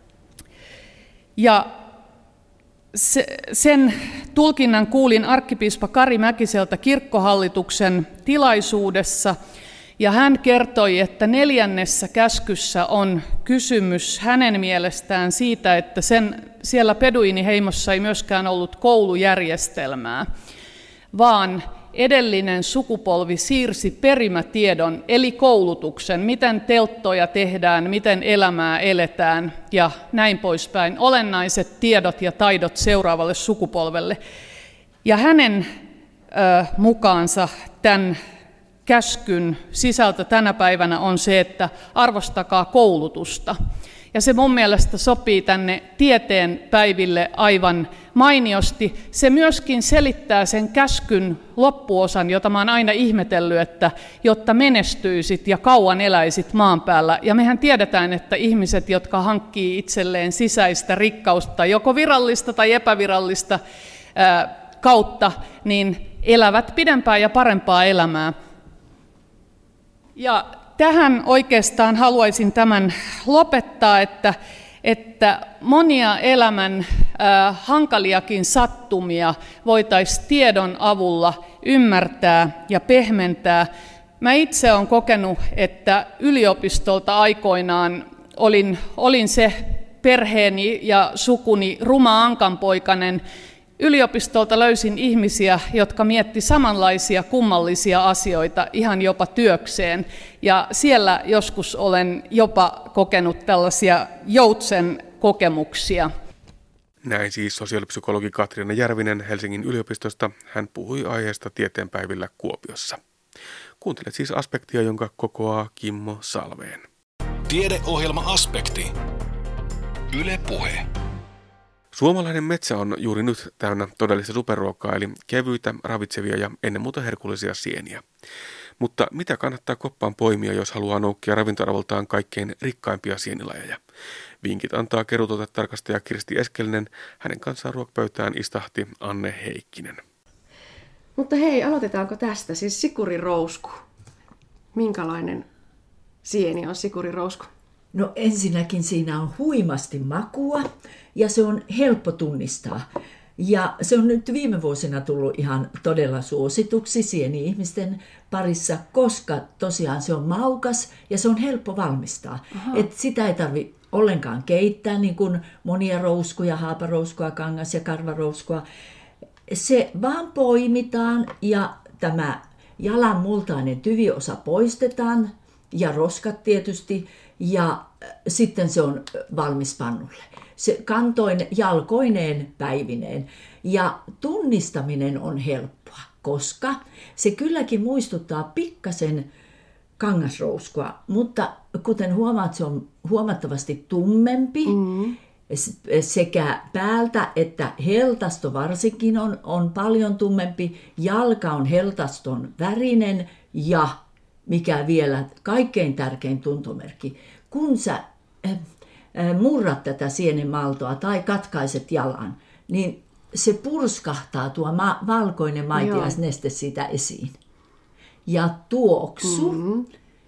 Ja se, sen tulkinnan kuulin arkkipiispa Kari Mäkiseltä kirkkohallituksen tilaisuudessa, ja hän kertoi, että neljännessä käskyssä on kysymys hänen mielestään siitä, että sen, siellä peduiiniheimossa ei myöskään ollut koulujärjestelmää, vaan edellinen sukupolvi siirsi perimätiedon, eli koulutuksen, miten telttoja tehdään, miten elämää eletään ja näin poispäin, olennaiset tiedot ja taidot seuraavalle sukupolvelle. Ja hänen ö, mukaansa tämän käskyn sisältö tänä päivänä on se, että arvostakaa koulutusta. Ja se mun mielestä sopii tänne tieteen päiville aivan mainiosti. Se myöskin selittää sen käskyn loppuosan, jota mä oon aina ihmetellyt, että jotta menestyisit ja kauan eläisit maan päällä. Ja mehän tiedetään, että ihmiset, jotka hankkii itselleen sisäistä rikkausta, joko virallista tai epävirallista ää, kautta, niin elävät pidempää ja parempaa elämää. Ja tähän oikeastaan haluaisin tämän lopettaa, että, että monia elämän äh, hankaliakin sattumia voitaisiin tiedon avulla ymmärtää ja pehmentää. Mä itse olen kokenut, että yliopistolta aikoinaan olin, olin se perheeni ja sukuni ruma ankanpoikainen. Yliopistolta löysin ihmisiä, jotka mietti samanlaisia kummallisia asioita ihan jopa työkseen. Ja siellä joskus olen jopa kokenut tällaisia joutsen kokemuksia. Näin siis sosiaalipsykologi Katriina Järvinen Helsingin yliopistosta. Hän puhui aiheesta tieteenpäivillä Kuopiossa. Kuuntelet siis Aspektia, jonka kokoaa Kimmo Salveen. Tiedeohjelma Aspekti. Yle Puhe. Suomalainen metsä on juuri nyt täynnä todellista superruokaa, eli kevyitä, ravitsevia ja ennen muuta herkullisia sieniä. Mutta mitä kannattaa koppaan poimia, jos haluaa noukkia ravintoarvoltaan kaikkein rikkaimpia sienilajeja? Vinkit antaa keruutuotetarkastaja Kirsti Eskelinen, hänen kanssaan ruokapöytään istahti Anne Heikkinen. Mutta hei, aloitetaanko tästä? Siis sikurirousku. Minkälainen sieni on sikurirousku? No ensinnäkin siinä on huimasti makua ja se on helppo tunnistaa. Ja se on nyt viime vuosina tullut ihan todella suosituksi sieni-ihmisten parissa, koska tosiaan se on maukas ja se on helppo valmistaa. Et sitä ei tarvitse ollenkaan keittää, niin kuin monia rouskuja, haaparouskua, kangas- ja karvarouskua. Se vaan poimitaan ja tämä jalan multainen tyviosa poistetaan ja roskat tietysti ja sitten se on valmis pannulle. Se kantoin jalkoineen päivineen ja tunnistaminen on helppoa, koska se kylläkin muistuttaa pikkasen kangasrouskua, mutta kuten huomaat, se on huomattavasti tummempi. Mm. Sekä päältä että heltasto varsinkin on, on paljon tummempi. Jalka on heltaston värinen ja mikä vielä kaikkein tärkein tuntomerkki, kun sä äh, murrat tätä sienenmaltoa tai katkaiset jalan, niin se purskahtaa tuo ma- valkoinen maitiaisneste siitä esiin. Ja tuoksu. Mm-hmm.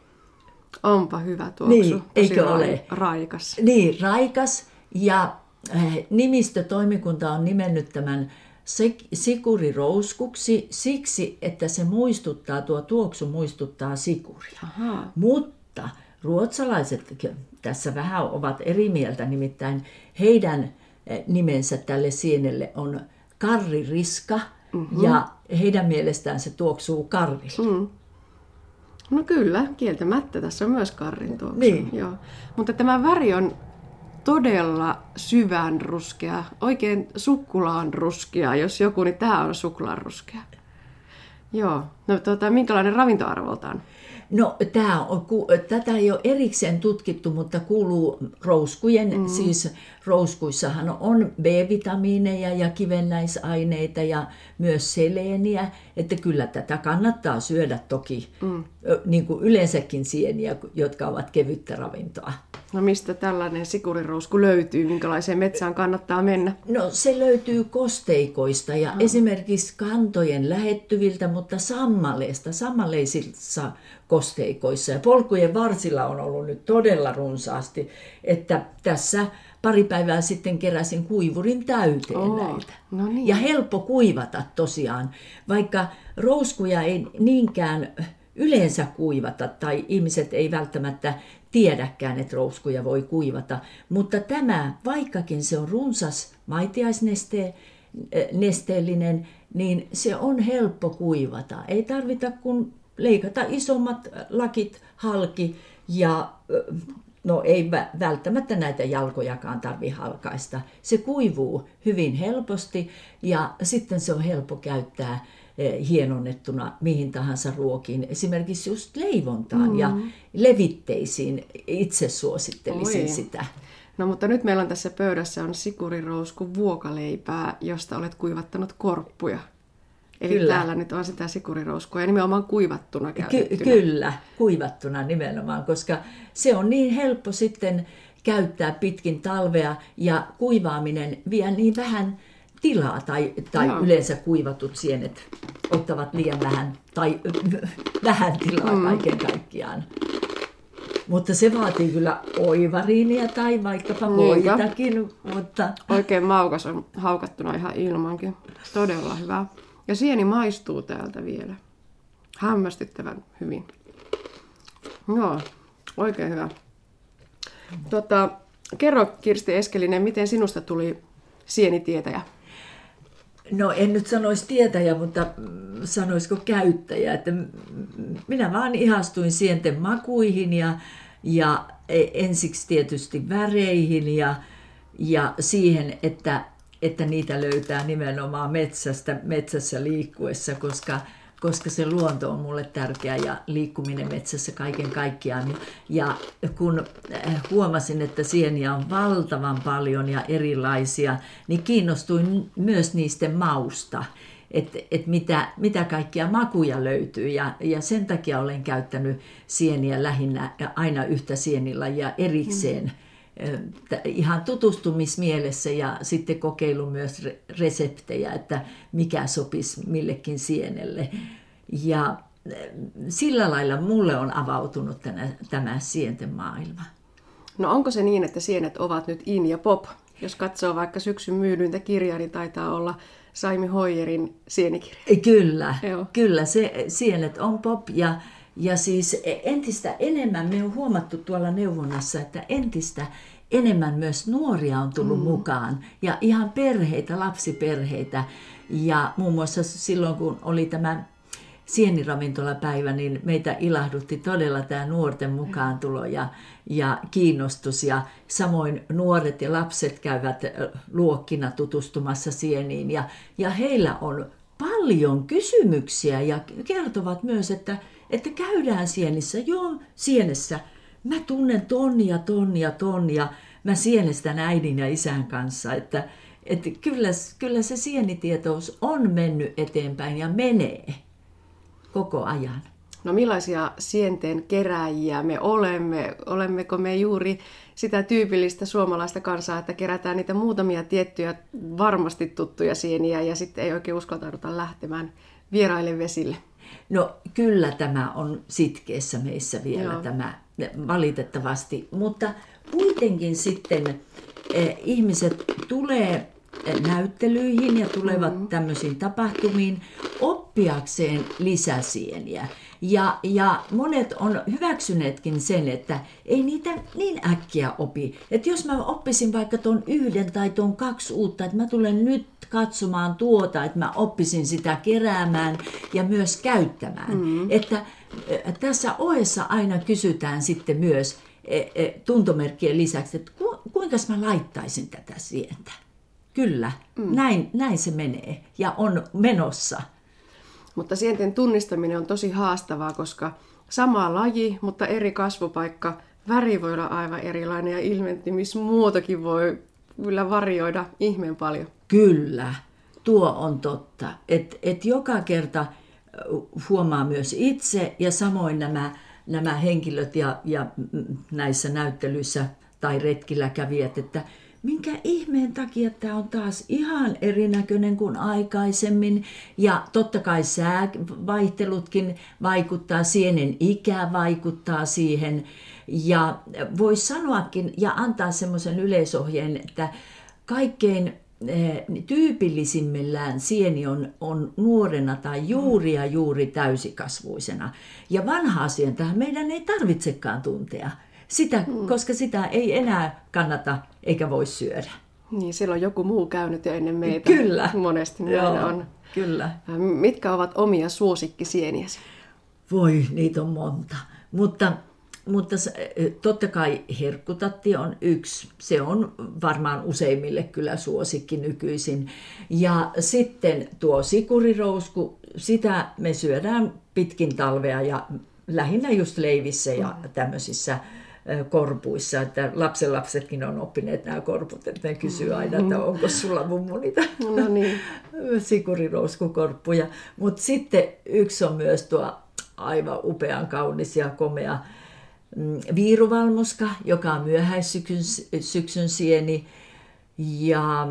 Onpa hyvä tuoksu. Niin, eikö ra- ole? Raikas. Niin, raikas. Ja äh, nimistötoimikunta on nimennyt tämän sik- sikurirouskuksi siksi, että se muistuttaa, tuo tuoksu muistuttaa sikuria. Aha. Mutta ruotsalaiset tässä vähän ovat eri mieltä, nimittäin heidän nimensä tälle sienelle on karririska, mm-hmm. ja heidän mielestään se tuoksuu karrille. Mm. No kyllä, kieltämättä tässä on myös karrin tuoksu. Niin. Joo. Mutta tämä väri on todella syvän ruskea, oikein suklaan ruskea, jos joku, niin tämä on suklaan ruskea. Joo, no tuota, minkälainen ravintoarvoltaan? No tää on, tätä ei ole erikseen tutkittu, mutta kuuluu rouskujen, mm. siis rouskuissahan on B-vitamiineja ja kivennäisaineita ja myös seleeniä, että kyllä tätä kannattaa syödä toki, mm. niin kuin yleensäkin sieniä, jotka ovat kevyttä ravintoa. No mistä tällainen sikurirousku löytyy? Minkälaiseen metsään kannattaa mennä? No se löytyy kosteikoista ja oh. esimerkiksi kantojen lähettyviltä, mutta sammaleista, sammaleisissa kosteikoissa. Ja polkujen varsilla on ollut nyt todella runsaasti, että tässä pari päivää sitten keräsin kuivurin täyteen oh. näitä. No niin. Ja helppo kuivata tosiaan, vaikka rouskuja ei niinkään yleensä kuivata tai ihmiset ei välttämättä tiedäkään, että rouskuja voi kuivata, mutta tämä, vaikkakin se on runsas maitiaisnesteellinen, niin se on helppo kuivata. Ei tarvita kuin leikata isommat lakit halki ja no ei välttämättä näitä jalkojakaan tarvitse halkaista. Se kuivuu hyvin helposti ja sitten se on helppo käyttää hienonnettuna mihin tahansa ruokiin, esimerkiksi just leivontaan mm. ja levitteisiin. Itse suosittelisin Oi. sitä. No mutta nyt meillä on tässä pöydässä on sikurirousku vuokaleipää, josta olet kuivattanut korppuja. Eli kyllä. Täällä nyt on sitä sikurirouskua ja nimenomaan kuivattuna käytettynä. Ky- kyllä, kuivattuna nimenomaan, koska se on niin helppo sitten käyttää pitkin talvea ja kuivaaminen vie niin vähän tilaa tai, tai yleensä kuivatut sienet ottavat liian vähän tai vähän tilaa mm. kaiken kaikkiaan. Mutta se vaatii kyllä oivariinia tai vaikkapa voitakin. Mutta... Oikein maukas on haukattuna ihan ilmankin. Todella hyvä. Ja sieni maistuu täältä vielä. Hämmästyttävän hyvin. Joo, oikein hyvä. Tota, kerro Kirsti Eskelinen, miten sinusta tuli sienitietäjä? No en nyt sanoisi tietäjä, mutta sanoisiko käyttäjä. Että minä vaan ihastuin sienten makuihin ja, ja ensiksi tietysti väreihin ja, ja siihen, että, että niitä löytää nimenomaan metsästä, metsässä liikkuessa, koska, koska se luonto on mulle tärkeä ja liikkuminen metsässä kaiken kaikkiaan. Ja kun huomasin, että sieniä on valtavan paljon ja erilaisia, niin kiinnostuin myös niistä mausta, että et mitä, mitä kaikkia makuja löytyy. Ja, ja sen takia olen käyttänyt sieniä lähinnä aina yhtä sienilajia erikseen. ihan tutustumismielessä ja sitten kokeilu myös reseptejä, että mikä sopisi millekin sienelle. Ja sillä lailla mulle on avautunut tämä, tämä sienten maailma. No onko se niin, että sienet ovat nyt in ja pop? Jos katsoo vaikka syksyn myydyntä kirjaa, niin taitaa olla Saimi Hoijerin sienikirja. Kyllä, Joo. kyllä se sienet on pop ja, ja siis entistä enemmän, me on huomattu tuolla neuvonnassa, että entistä enemmän myös nuoria on tullut mm. mukaan ja ihan perheitä, lapsiperheitä ja muun muassa silloin kun oli tämä sieniravintolapäivä, niin meitä ilahdutti todella tämä nuorten mukaantulo ja, ja kiinnostus. Ja samoin nuoret ja lapset käyvät luokkina tutustumassa sieniin. Ja, ja heillä on paljon kysymyksiä ja kertovat myös, että, että käydään sienissä. Joo, sienessä. Mä tunnen ton ja ton ja ton ja mä sienestän äidin ja isän kanssa. Että, että kyllä, kyllä se sienitietous on mennyt eteenpäin ja menee koko ajan. No millaisia sienten kerääjiä me olemme? Olemmeko me juuri sitä tyypillistä suomalaista kansaa, että kerätään niitä muutamia tiettyjä varmasti tuttuja sieniä ja sitten ei oikein uskaltauduta lähtemään vieraille vesille? No kyllä tämä on sitkeessä meissä vielä Joo. tämä valitettavasti, mutta kuitenkin sitten eh, ihmiset tulee näyttelyihin ja tulevat mm-hmm. tämmöisiin tapahtumiin oppiakseen lisäsieniä. Ja, ja monet on hyväksyneetkin sen, että ei niitä niin äkkiä opi. Että jos mä oppisin vaikka ton yhden tai ton kaksi uutta, että mä tulen nyt katsomaan tuota, että mä oppisin sitä keräämään ja myös käyttämään. Mm-hmm. Että tässä ohessa aina kysytään sitten myös tuntomerkkien lisäksi, että kuinka mä laittaisin tätä sientä. Kyllä, mm. näin, näin se menee ja on menossa. Mutta sienten tunnistaminen on tosi haastavaa, koska sama laji, mutta eri kasvupaikka, väri voi olla aivan erilainen ja ilmentymismuotokin voi kyllä varioida ihmeen paljon. Kyllä, tuo on totta. Että et joka kerta huomaa myös itse ja samoin nämä, nämä henkilöt ja, ja näissä näyttelyissä tai retkillä kävijät, että minkä ihmeen takia tämä on taas ihan erinäköinen kuin aikaisemmin. Ja totta kai säävaihtelutkin vaikuttaa, sienen ikä vaikuttaa siihen. Ja voisi sanoakin ja antaa semmoisen yleisohjeen, että kaikkein tyypillisimmillään sieni on, on nuorena tai juuri ja juuri täysikasvuisena. Ja vanhaa sientähän meidän ei tarvitsekaan tuntea. Sitä, mm. koska sitä ei enää kannata eikä voi syödä. Niin, siellä on joku muu käynyt jo ennen meitä. Kyllä. Monesti näin on. Kyllä. Mitkä ovat omia suosikkisieniäsi? Voi, niitä on monta. Mutta, mutta totta kai herkkutatti on yksi. Se on varmaan useimmille kyllä suosikki nykyisin. Ja sitten tuo sikurirousku, sitä me syödään pitkin talvea ja lähinnä just leivissä ja tämmöisissä korpuissa, että lapsenlapsetkin on oppineet nämä korput, että ne kysyy aina, että onko sulla mummu niitä no niin. sikurirouskukorppuja. Mutta sitten yksi on myös tuo aivan upean kaunis ja komea viiruvalmuska, joka on myöhäissyksyn syksyn sieni. Ja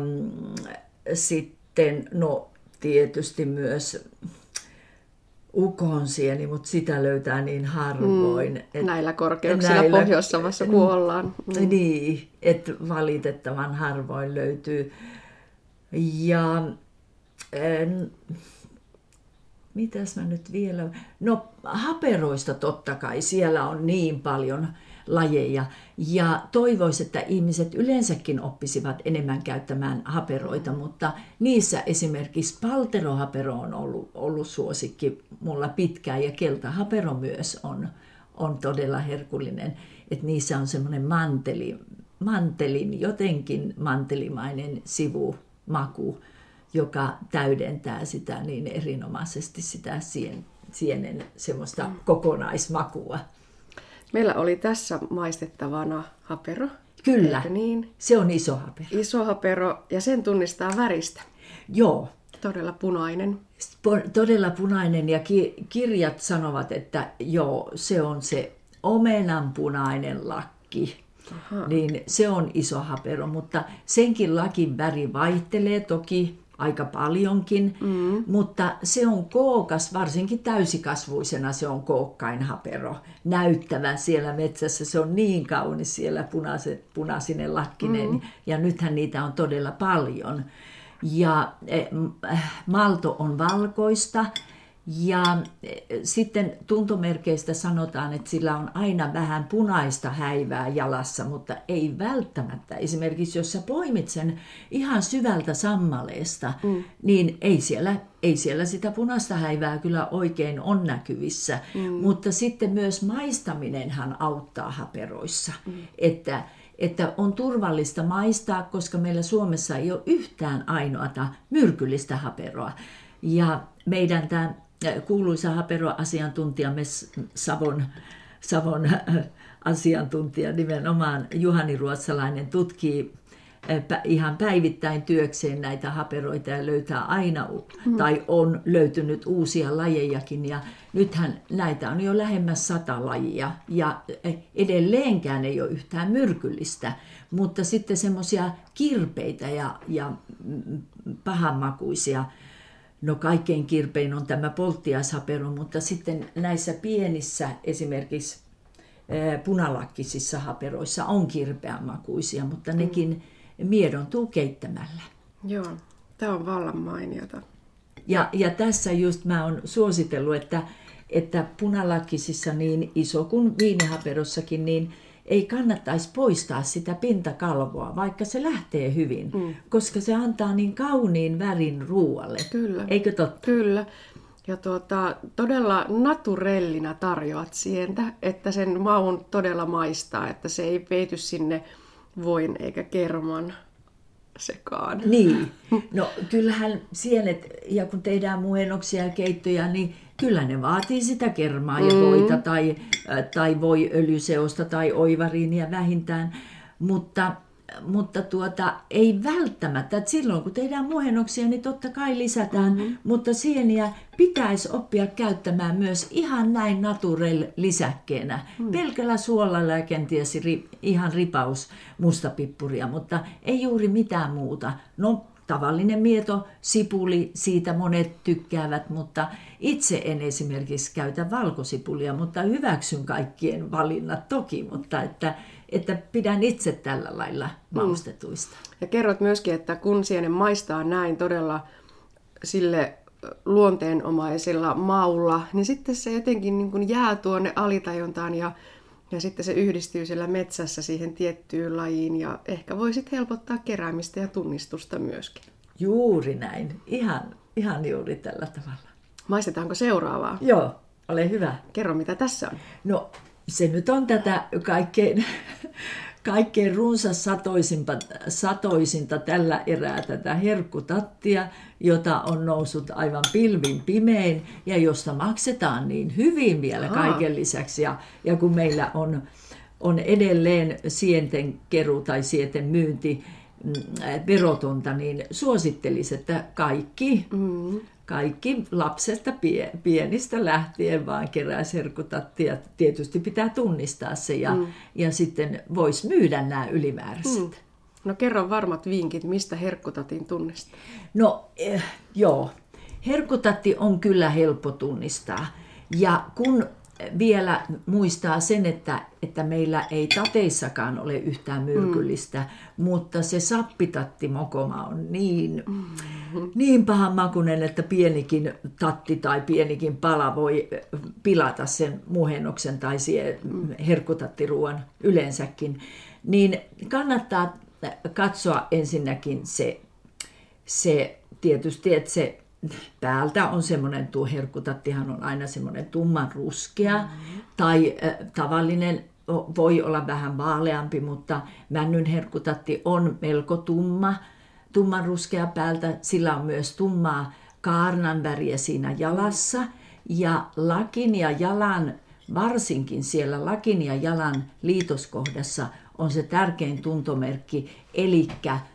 sitten no tietysti myös ukonsieni, mutta sitä löytää niin harvoin. Mm, et, näillä korkeuksilla näillä, Pohjois-Savossa kun ollaan. Mm. Niin, että valitettavan harvoin löytyy. Ja en, mitäs mä nyt vielä... No haperoista totta kai, siellä on niin paljon lajeja. Ja toivoisin, että ihmiset yleensäkin oppisivat enemmän käyttämään haperoita, mutta niissä esimerkiksi palterohapero on ollut, ollut suosikki mulla pitkään ja keltahapero myös on, on todella herkullinen. Että niissä on semmoinen manteli, mantelin, jotenkin mantelimainen sivumaku, joka täydentää sitä niin erinomaisesti sitä sien, sienen semmoista mm. kokonaismakua. Meillä oli tässä maistettavana hapero. Kyllä, niin? Se on iso hapero. Iso hapero ja sen tunnistaa väristä. Joo. Todella punainen. Todella punainen ja ki- kirjat sanovat, että joo, se on se omenanpunainen lakki. Aha. Niin se on iso hapero, mutta senkin lakin väri vaihtelee toki aika paljonkin, mm. mutta se on kookas, varsinkin täysikasvuisena se on kookkain hapero, näyttävä siellä metsässä, se on niin kaunis siellä punaise, punaisinen lakkinen, mm. ja nythän niitä on todella paljon. Ja malto on valkoista, ja sitten tuntomerkeistä sanotaan, että sillä on aina vähän punaista häivää jalassa, mutta ei välttämättä. Esimerkiksi jos sä poimit sen ihan syvältä sammaleesta, mm. niin ei siellä, ei siellä sitä punaista häivää kyllä oikein on näkyvissä. Mm. Mutta sitten myös maistaminenhan auttaa haperoissa, mm. että että on turvallista maistaa, koska meillä Suomessa ei ole yhtään ainoata myrkyllistä haperoa. Ja meidän tämä kuuluisa haperoasiantuntijamme Savon, Savon asiantuntija nimenomaan Juhani Ruotsalainen tutkii ihan päivittäin työkseen näitä haperoita ja löytää aina, mm. tai on löytynyt uusia lajejakin, ja nythän näitä on jo lähemmäs sata lajia, ja edelleenkään ei ole yhtään myrkyllistä, mutta sitten semmoisia kirpeitä ja, ja pahanmakuisia. No kaikkein kirpein on tämä polttiaishapero, mutta sitten näissä pienissä esimerkiksi punalakkisissa haperoissa on kirpeänmakuisia, mutta nekin miedontuu keittämällä. Joo, tämä on vallan mainiota. Ja, ja tässä just mä oon suositellut, että, että punalakkisissa niin iso kuin viinihaperossakin, niin ei kannattaisi poistaa sitä pintakalvoa, vaikka se lähtee hyvin, mm. koska se antaa niin kauniin värin ruualle. Kyllä. Eikö totta? Kyllä. Ja tuota, todella naturellina tarjoat sientä, että sen maun todella maistaa, että se ei peity sinne voin eikä kerman sekaan. Niin. No kyllähän sienet, ja kun tehdään muhennoksia ja keittoja, niin kyllä ne vaatii sitä kermaa ja voita tai, tai voiöljyseosta tai oivariinia vähintään, mutta, mutta tuota, ei välttämättä. Että silloin kun tehdään muhennoksia, niin totta kai lisätään, mm-hmm. mutta sieniä pitäisi oppia käyttämään myös ihan näin naturel-lisäkkeenä. Mm. Pelkällä suolalla ja kenties ri, ihan ripaus mustapippuria, mutta ei juuri mitään muuta. No, tavallinen mieto, sipuli, siitä monet tykkäävät, mutta itse en esimerkiksi käytä valkosipulia, mutta hyväksyn kaikkien valinnat toki, mutta että, että pidän itse tällä lailla maustetuista. Ja kerrot myöskin, että kun sienen maistaa näin todella sille luonteenomaisella maulla, niin sitten se jotenkin niin kuin jää tuonne alitajuntaan ja Ja sitten se yhdistyy siellä metsässä siihen tiettyyn lajiin ja ehkä voi sitten helpottaa keräämistä ja tunnistusta myöskin. Juuri näin. Ihan, ihan juuri tällä tavalla. Maistetaanko seuraavaa? Joo, ole hyvä. Kerro, mitä tässä on. No, se nyt on tätä kaikkein, kaikkein runsassatoisinta satoisinta tällä erää tätä herkkutattia, jota on noussut aivan pilvin pimein ja josta maksetaan niin hyvin vielä kaiken lisäksi. Ja, ja kun meillä on, on edelleen sienten keru tai sienten myynti verotonta, niin suosittelisin, että kaikki, mm. kaikki lapsesta pie, pienistä lähtien vaan keräisi herkkutattia. Tietysti pitää tunnistaa se ja, mm. ja sitten voisi myydä nämä ylimääräiset. Mm. No kerro varmat vinkit, mistä herkkutatin tunnistaa. No eh, joo, herkkutatti on kyllä helppo tunnistaa. Ja kun vielä muistaa sen, että, että meillä ei tateissakaan ole yhtään myrkyllistä, mm. mutta se sappitatti mokoma on niin, mm. niin pahan makuinen, että pienikin tatti tai pienikin pala voi pilata sen muhennoksen tai mm. herkkutattiruuan yleensäkin. Niin kannattaa katsoa ensinnäkin se, se tietysti, että se päältä on semmoinen, tuo herkkutattihan on aina semmoinen tumman ruskea, mm-hmm. tai äh, tavallinen voi olla vähän vaaleampi, mutta männyn herkkutatti on melko tumma, tumman ruskea päältä. Sillä on myös tummaa kaarnan väriä siinä jalassa, ja lakin ja jalan, varsinkin siellä lakin ja jalan liitoskohdassa on se tärkein tuntomerkki, eli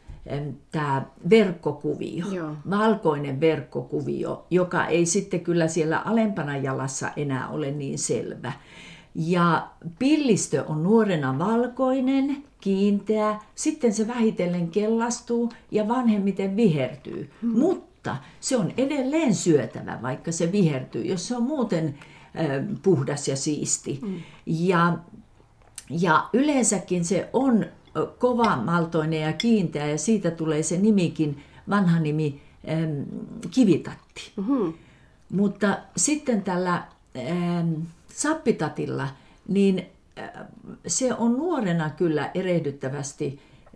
tämä verkkokuvio, Joo. valkoinen verkkokuvio, joka ei sitten kyllä siellä alempana jalassa enää ole niin selvä. Ja pillistö on nuorena valkoinen, kiinteä, sitten se vähitellen kellastuu ja vanhemmiten vihertyy. Hmm. Mutta se on edelleen syötävä, vaikka se vihertyy, jos se on muuten äh, puhdas ja siisti. Hmm. Ja, ja yleensäkin se on kovamaltoinen ja kiinteä ja siitä tulee se nimikin, vanha nimi, ähm, kivitatti. Hmm. Mutta sitten tällä ähm, sappitatilla, niin se on nuorena kyllä erehdyttävästi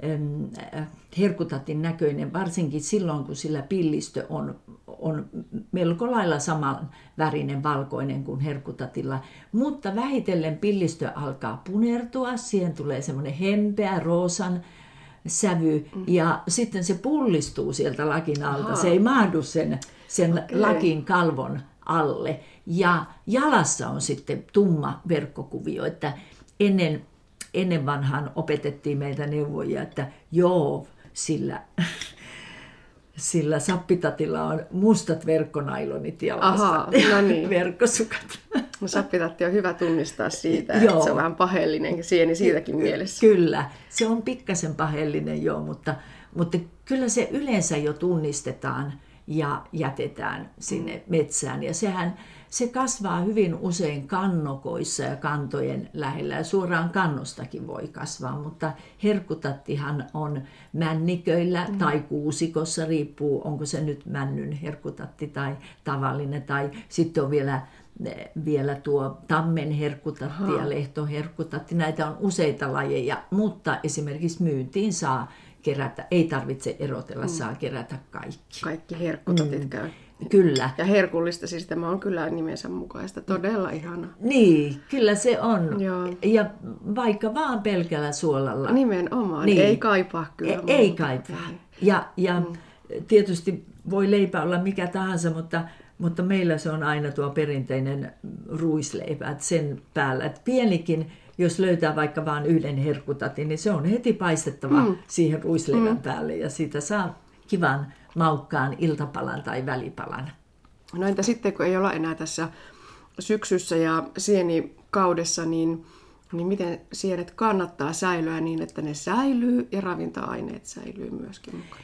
herkkutatin näköinen, varsinkin silloin, kun sillä pillistö on, on melko lailla saman värinen valkoinen kuin herkkutatilla. Mutta vähitellen pillistö alkaa punertua, siihen tulee semmoinen hempeä, roosan sävy, mm. ja sitten se pullistuu sieltä lakin alta. Aha. Se ei mahdu sen, sen okay. lakin kalvon alle. Ja jalassa on sitten tumma verkkokuvio, että ennen, ennen vanhaan opetettiin meiltä neuvoja, että joo, sillä, sillä sappitatilla on mustat verkkonailonit jalassa. Aha, no niin. Verkkosukat. No, sappitatti on hyvä tunnistaa siitä, että se on vähän pahellinen sieni siitäkin mielessä. Kyllä, se on pikkasen pahellinen joo, mutta, mutta kyllä se yleensä jo tunnistetaan ja jätetään sinne metsään. Ja sehän se kasvaa hyvin usein kannokoissa ja kantojen lähellä. Ja suoraan kannostakin voi kasvaa, mutta herkkutattihan on männiköillä mm. tai kuusikossa, riippuu onko se nyt männyn herkkutatti tai tavallinen. Tai sitten on vielä, vielä tuo tammen herkkutatti Aha. ja lehtoherkkutatti. Näitä on useita lajeja, mutta esimerkiksi myyntiin saa kerätä, ei tarvitse erotella, mm. saa kerätä kaikki. Kaikki herkkutatit mm. käy. Kyllä. Ja herkullista, siis tämä on kyllä nimensä mukaista, todella ihana. Niin, kyllä se on. Joo. Ja vaikka vaan pelkällä suolalla. Nimenomaan, niin. ei kaipaa kyllä. Ei, ei kaipaa. Ja, ja mm. tietysti voi leipä olla mikä tahansa, mutta, mutta meillä se on aina tuo perinteinen ruisleipä, että sen päällä. Että pienikin, jos löytää vaikka vain yhden herkkutatin, niin se on heti paistettava mm. siihen ruisleivän mm. päälle ja siitä saa kivan maukkaan iltapalan tai välipalan. No entä sitten, kun ei olla enää tässä syksyssä ja sienikaudessa, niin, niin miten sienet kannattaa säilyä niin, että ne säilyy ja ravintoaineet säilyy myöskin mukana?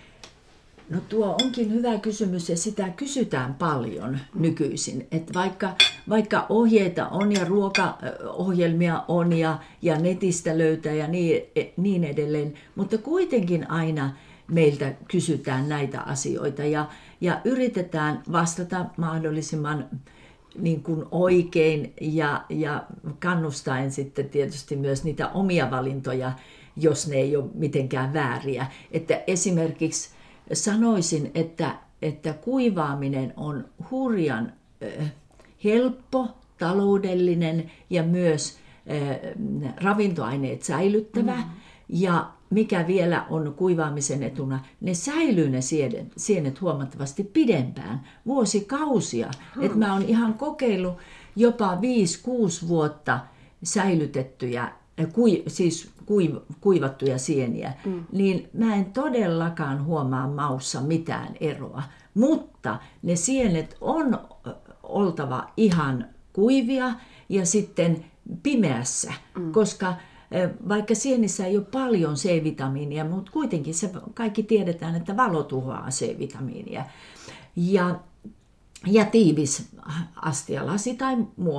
No tuo onkin hyvä kysymys ja sitä kysytään paljon nykyisin. Että vaikka, vaikka ohjeita on ja ruokaohjelmia on ja, ja netistä löytää ja niin, niin edelleen, mutta kuitenkin aina meiltä kysytään näitä asioita ja, ja yritetään vastata mahdollisimman niin kuin oikein ja, ja kannustaen sitten tietysti myös niitä omia valintoja, jos ne ei ole mitenkään vääriä. Että esimerkiksi sanoisin, että, että kuivaaminen on hurjan äh, helppo, taloudellinen ja myös äh, ravintoaineet säilyttävä. Mm. Ja mikä vielä on kuivaamisen etuna, ne säilyy ne sienet, sienet huomattavasti pidempään, vuosikausia. Hmm. Et mä oon ihan kokeillut jopa viisi kuusi vuotta säilytettyjä, kui, siis kuiv, kuivattuja sieniä, hmm. niin mä en todellakaan huomaa maussa mitään eroa. Mutta ne sienet on oltava ihan kuivia ja sitten pimeässä, hmm. koska vaikka sienissä ei ole paljon C-vitamiinia, mutta kuitenkin se kaikki tiedetään, että valo tuhoaa C-vitamiinia. Ja, ja tiivis astialasi tai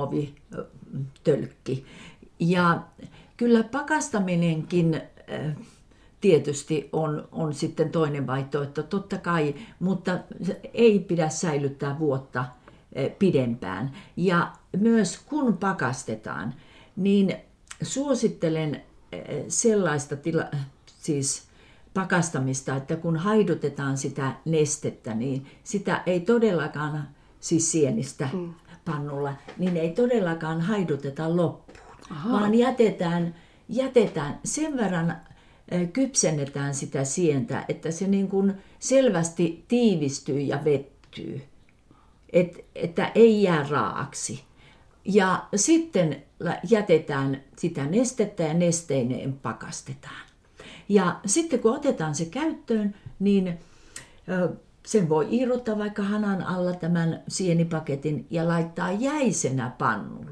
muovitölkki. Ja kyllä pakastaminenkin tietysti on, on sitten toinen vaihtoehto, totta kai, mutta ei pidä säilyttää vuotta pidempään. Ja myös kun pakastetaan, niin suosittelen sellaista tila, siis pakastamista, että kun haidutetaan sitä nestettä, niin sitä ei todellakaan, siis sienistä mm. pannulla, niin ei todellakaan haiduteta loppuun, Aha. vaan jätetään, jätetään sen verran, kypsennetään sitä sientä, että se niin kuin selvästi tiivistyy ja vettyy, Et, että ei jää raaksi. Ja sitten jätetään sitä nestettä ja nesteineen pakastetaan. Ja sitten kun otetaan se käyttöön, niin sen voi irrottaa vaikka hanan alla tämän sienipaketin ja laittaa jäisenä pannulle.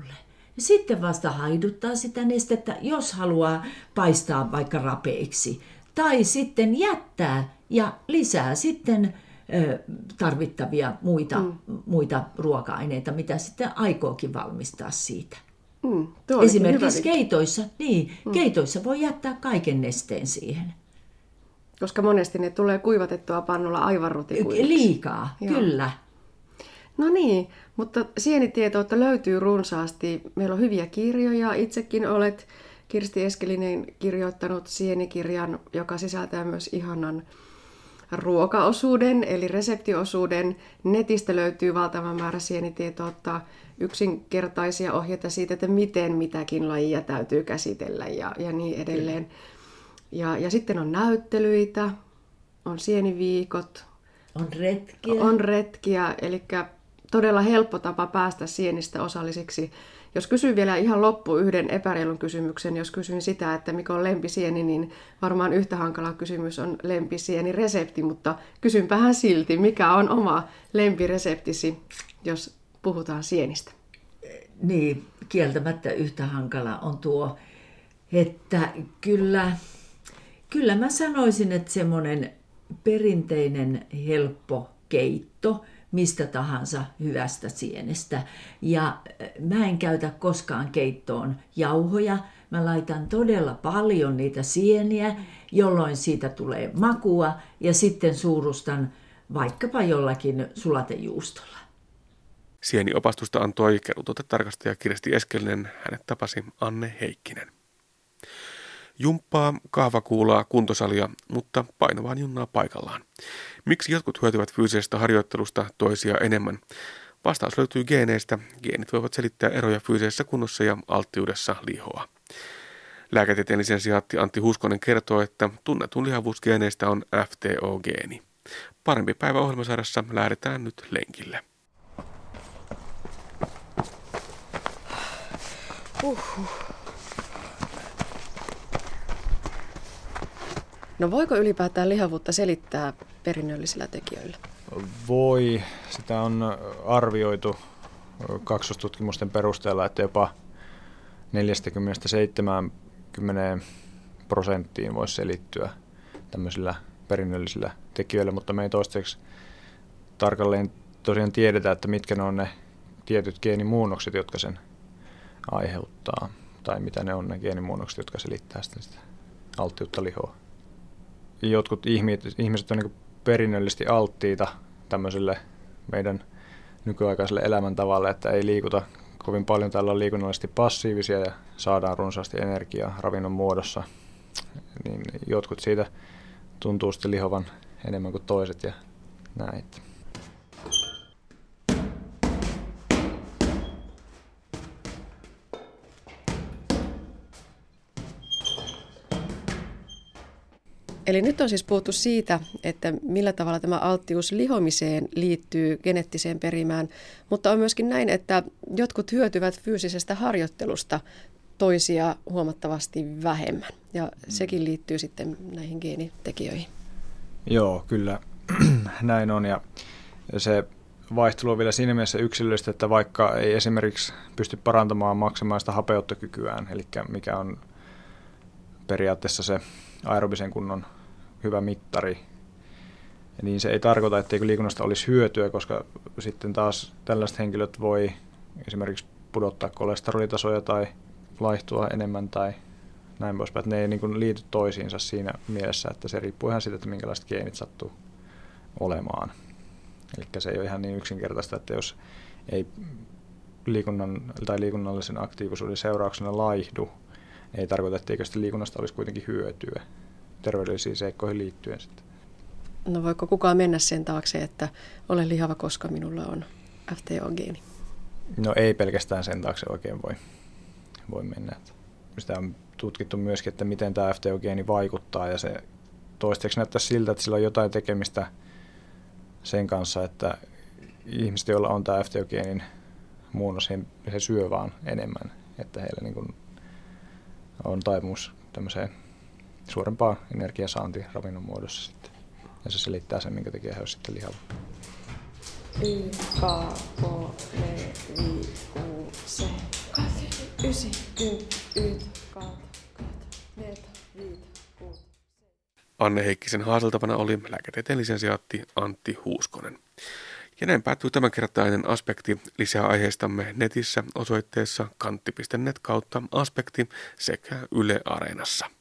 Ja sitten vasta haiduttaa sitä nestettä, jos haluaa paistaa vaikka rapeiksi. Tai sitten jättää ja lisää sitten tarvittavia muita, mm. muita ruoka-aineita, mitä sitten aikookin valmistaa siitä. Mm, Esimerkiksi keitoissa, niin, mm. keitoissa voi jättää kaiken nesteen siihen. Koska monesti ne tulee kuivatettua pannulla aivan rutikuiviksi. Liikaa, Joo. kyllä. No niin, mutta sienitietoutta löytyy runsaasti. Meillä on hyviä kirjoja. Itsekin olet, Kirsti Eskelinen, kirjoittanut sienikirjan, joka sisältää myös ihanan ruokaosuuden, eli reseptiosuuden. Netistä löytyy valtava määrä sienitietoutta, yksinkertaisia ohjeita siitä, että miten mitäkin lajia täytyy käsitellä ja, ja niin edelleen. Ja, ja sitten on näyttelyitä, on sieniviikot. On retkiä. On retkiä, eli todella helppo tapa päästä sienistä osallisiksi. Jos kysyn vielä ihan loppuun yhden epäreilun kysymyksen, jos kysyn sitä, että mikä on lempisieni, niin varmaan yhtä hankala kysymys on lempisieniresepti, mutta kysynpähän silti, mikä on oma lempireseptisi, jos puhutaan sienistä? Niin, kieltämättä yhtä hankala on tuo, että kyllä, kyllä mä sanoisin, että semmoinen perinteinen helppo keitto mistä tahansa hyvästä sienestä. Ja mä en käytä koskaan keittoon jauhoja. Mä laitan todella paljon niitä sieniä, jolloin siitä tulee makua ja sitten suurustan vaikkapa jollakin sulatejuustolla. Sieniopastusta antoi kerutuotetarkastaja Kirsti Eskelinen, hänet tapasi Anne Heikkinen. Jumppaa, kahvakuulaa, kuntosalia, mutta painavaa junnaa paikallaan. Miksi jotkut hyötyvät fyysisestä harjoittelusta toisia enemmän? Vastaus löytyy geeneistä. Geenit voivat selittää eroja fyysisessä kunnossa ja alttiudessa lihoa. Lääketieteen lisensiaatti Antti Huskonen kertoo, että tunnetun lihavuusgeeneistä on F T O-geeni. Parempi päivä ohjelmasarjassa lähdetään nyt lenkille. Uhuh. No voiko ylipäätään lihavuutta selittää perinnöllisillä tekijöillä? Voi. Sitä on arvioitu kaksostutkimusten perusteella, että jopa neljäkymmentä seitsemänkymmentä prosenttiin voisi selittyä tämmöisillä perinnöllisillä tekijöillä, mutta me ei toistaiseksi tarkalleen tosiaan tiedetä, että mitkä ne on ne tietyt geenimuunnokset, jotka sen aiheuttaa, tai mitä ne on ne geenimuunnokset, jotka selittää sitä alttiutta lihoa. Jotkut ihmiset on niin perinnöllisesti alttiita tämmöiselle meidän nykyaikaiselle elämäntavalle, että ei liikuta kovin paljon, täällä on liikunnallisesti passiivisia ja saadaan runsaasti energiaa ravinnon muodossa. Niin jotkut siitä tuntuu sitten lihovan enemmän kuin toiset ja näin. Eli nyt on siis puhuttu siitä, että millä tavalla tämä alttius lihomiseen liittyy geneettiseen perimään, mutta on myöskin näin, että jotkut hyötyvät fyysisestä harjoittelusta, toisia huomattavasti vähemmän. Ja sekin liittyy sitten näihin geenitekijöihin. Joo, kyllä näin on. Ja se vaihtelu on vielä siinä mielessä yksilöllistä, että vaikka ei esimerkiksi pysty parantamaan maksimaalista hapeuttokykyään, eli mikä on periaatteessa se aerobisen kunnon hyvä mittari, niin se ei tarkoita, etteikö liikunnasta olisi hyötyä, koska sitten taas tällaiset henkilöt voi esimerkiksi pudottaa kolesterolitasoja tai laihtua enemmän tai näin poispäin. Ne ei niin kuin liity toisiinsa siinä mielessä, että se riippuu ihan siitä, että minkälaiset geenit sattuu olemaan. Eli se ei ole ihan niin yksinkertaista, että jos ei liikunnan tai liikunnallisen aktiivisuuden seurauksena laihdu, ei tarkoita, etteikö sitä liikunnasta olisi kuitenkin hyötyä terveydellisiin seikkoihin liittyen sitten. No voiko kukaan mennä sen taakse, että olen lihava, koska minulla on F T O-geeni? No ei pelkästään sen taakse oikein voi, voi mennä. Sitä on tutkittu myöskin, että miten tämä F T O-geeni vaikuttaa ja se toistaiseksi näyttää siltä, että sillä on jotain tekemistä sen kanssa, että ihmiset, joilla on tämä F T O-geenin muunnos, he syö vaan enemmän, että heillä niin kuin on taipumus tämmöiseen suurempaan energiasaantiin ravinnon muodossa sitten. Ja se selittää sen, minkä takia he olisivat sitten lihava. Y, K, K, L, I, U, C. ysi, kymppi, yt, kaata, kaata, neeta, viita, kuuta. Anne Heikkisen haaseltavana oli lääketieteen lisensiaatti Antti Huuskonen. Ja näin päättyy tämänkertainen Aspekti. Lisää aiheistamme netissä osoitteessa kantti piste net kautta aspekti sekä Yle Areenassa.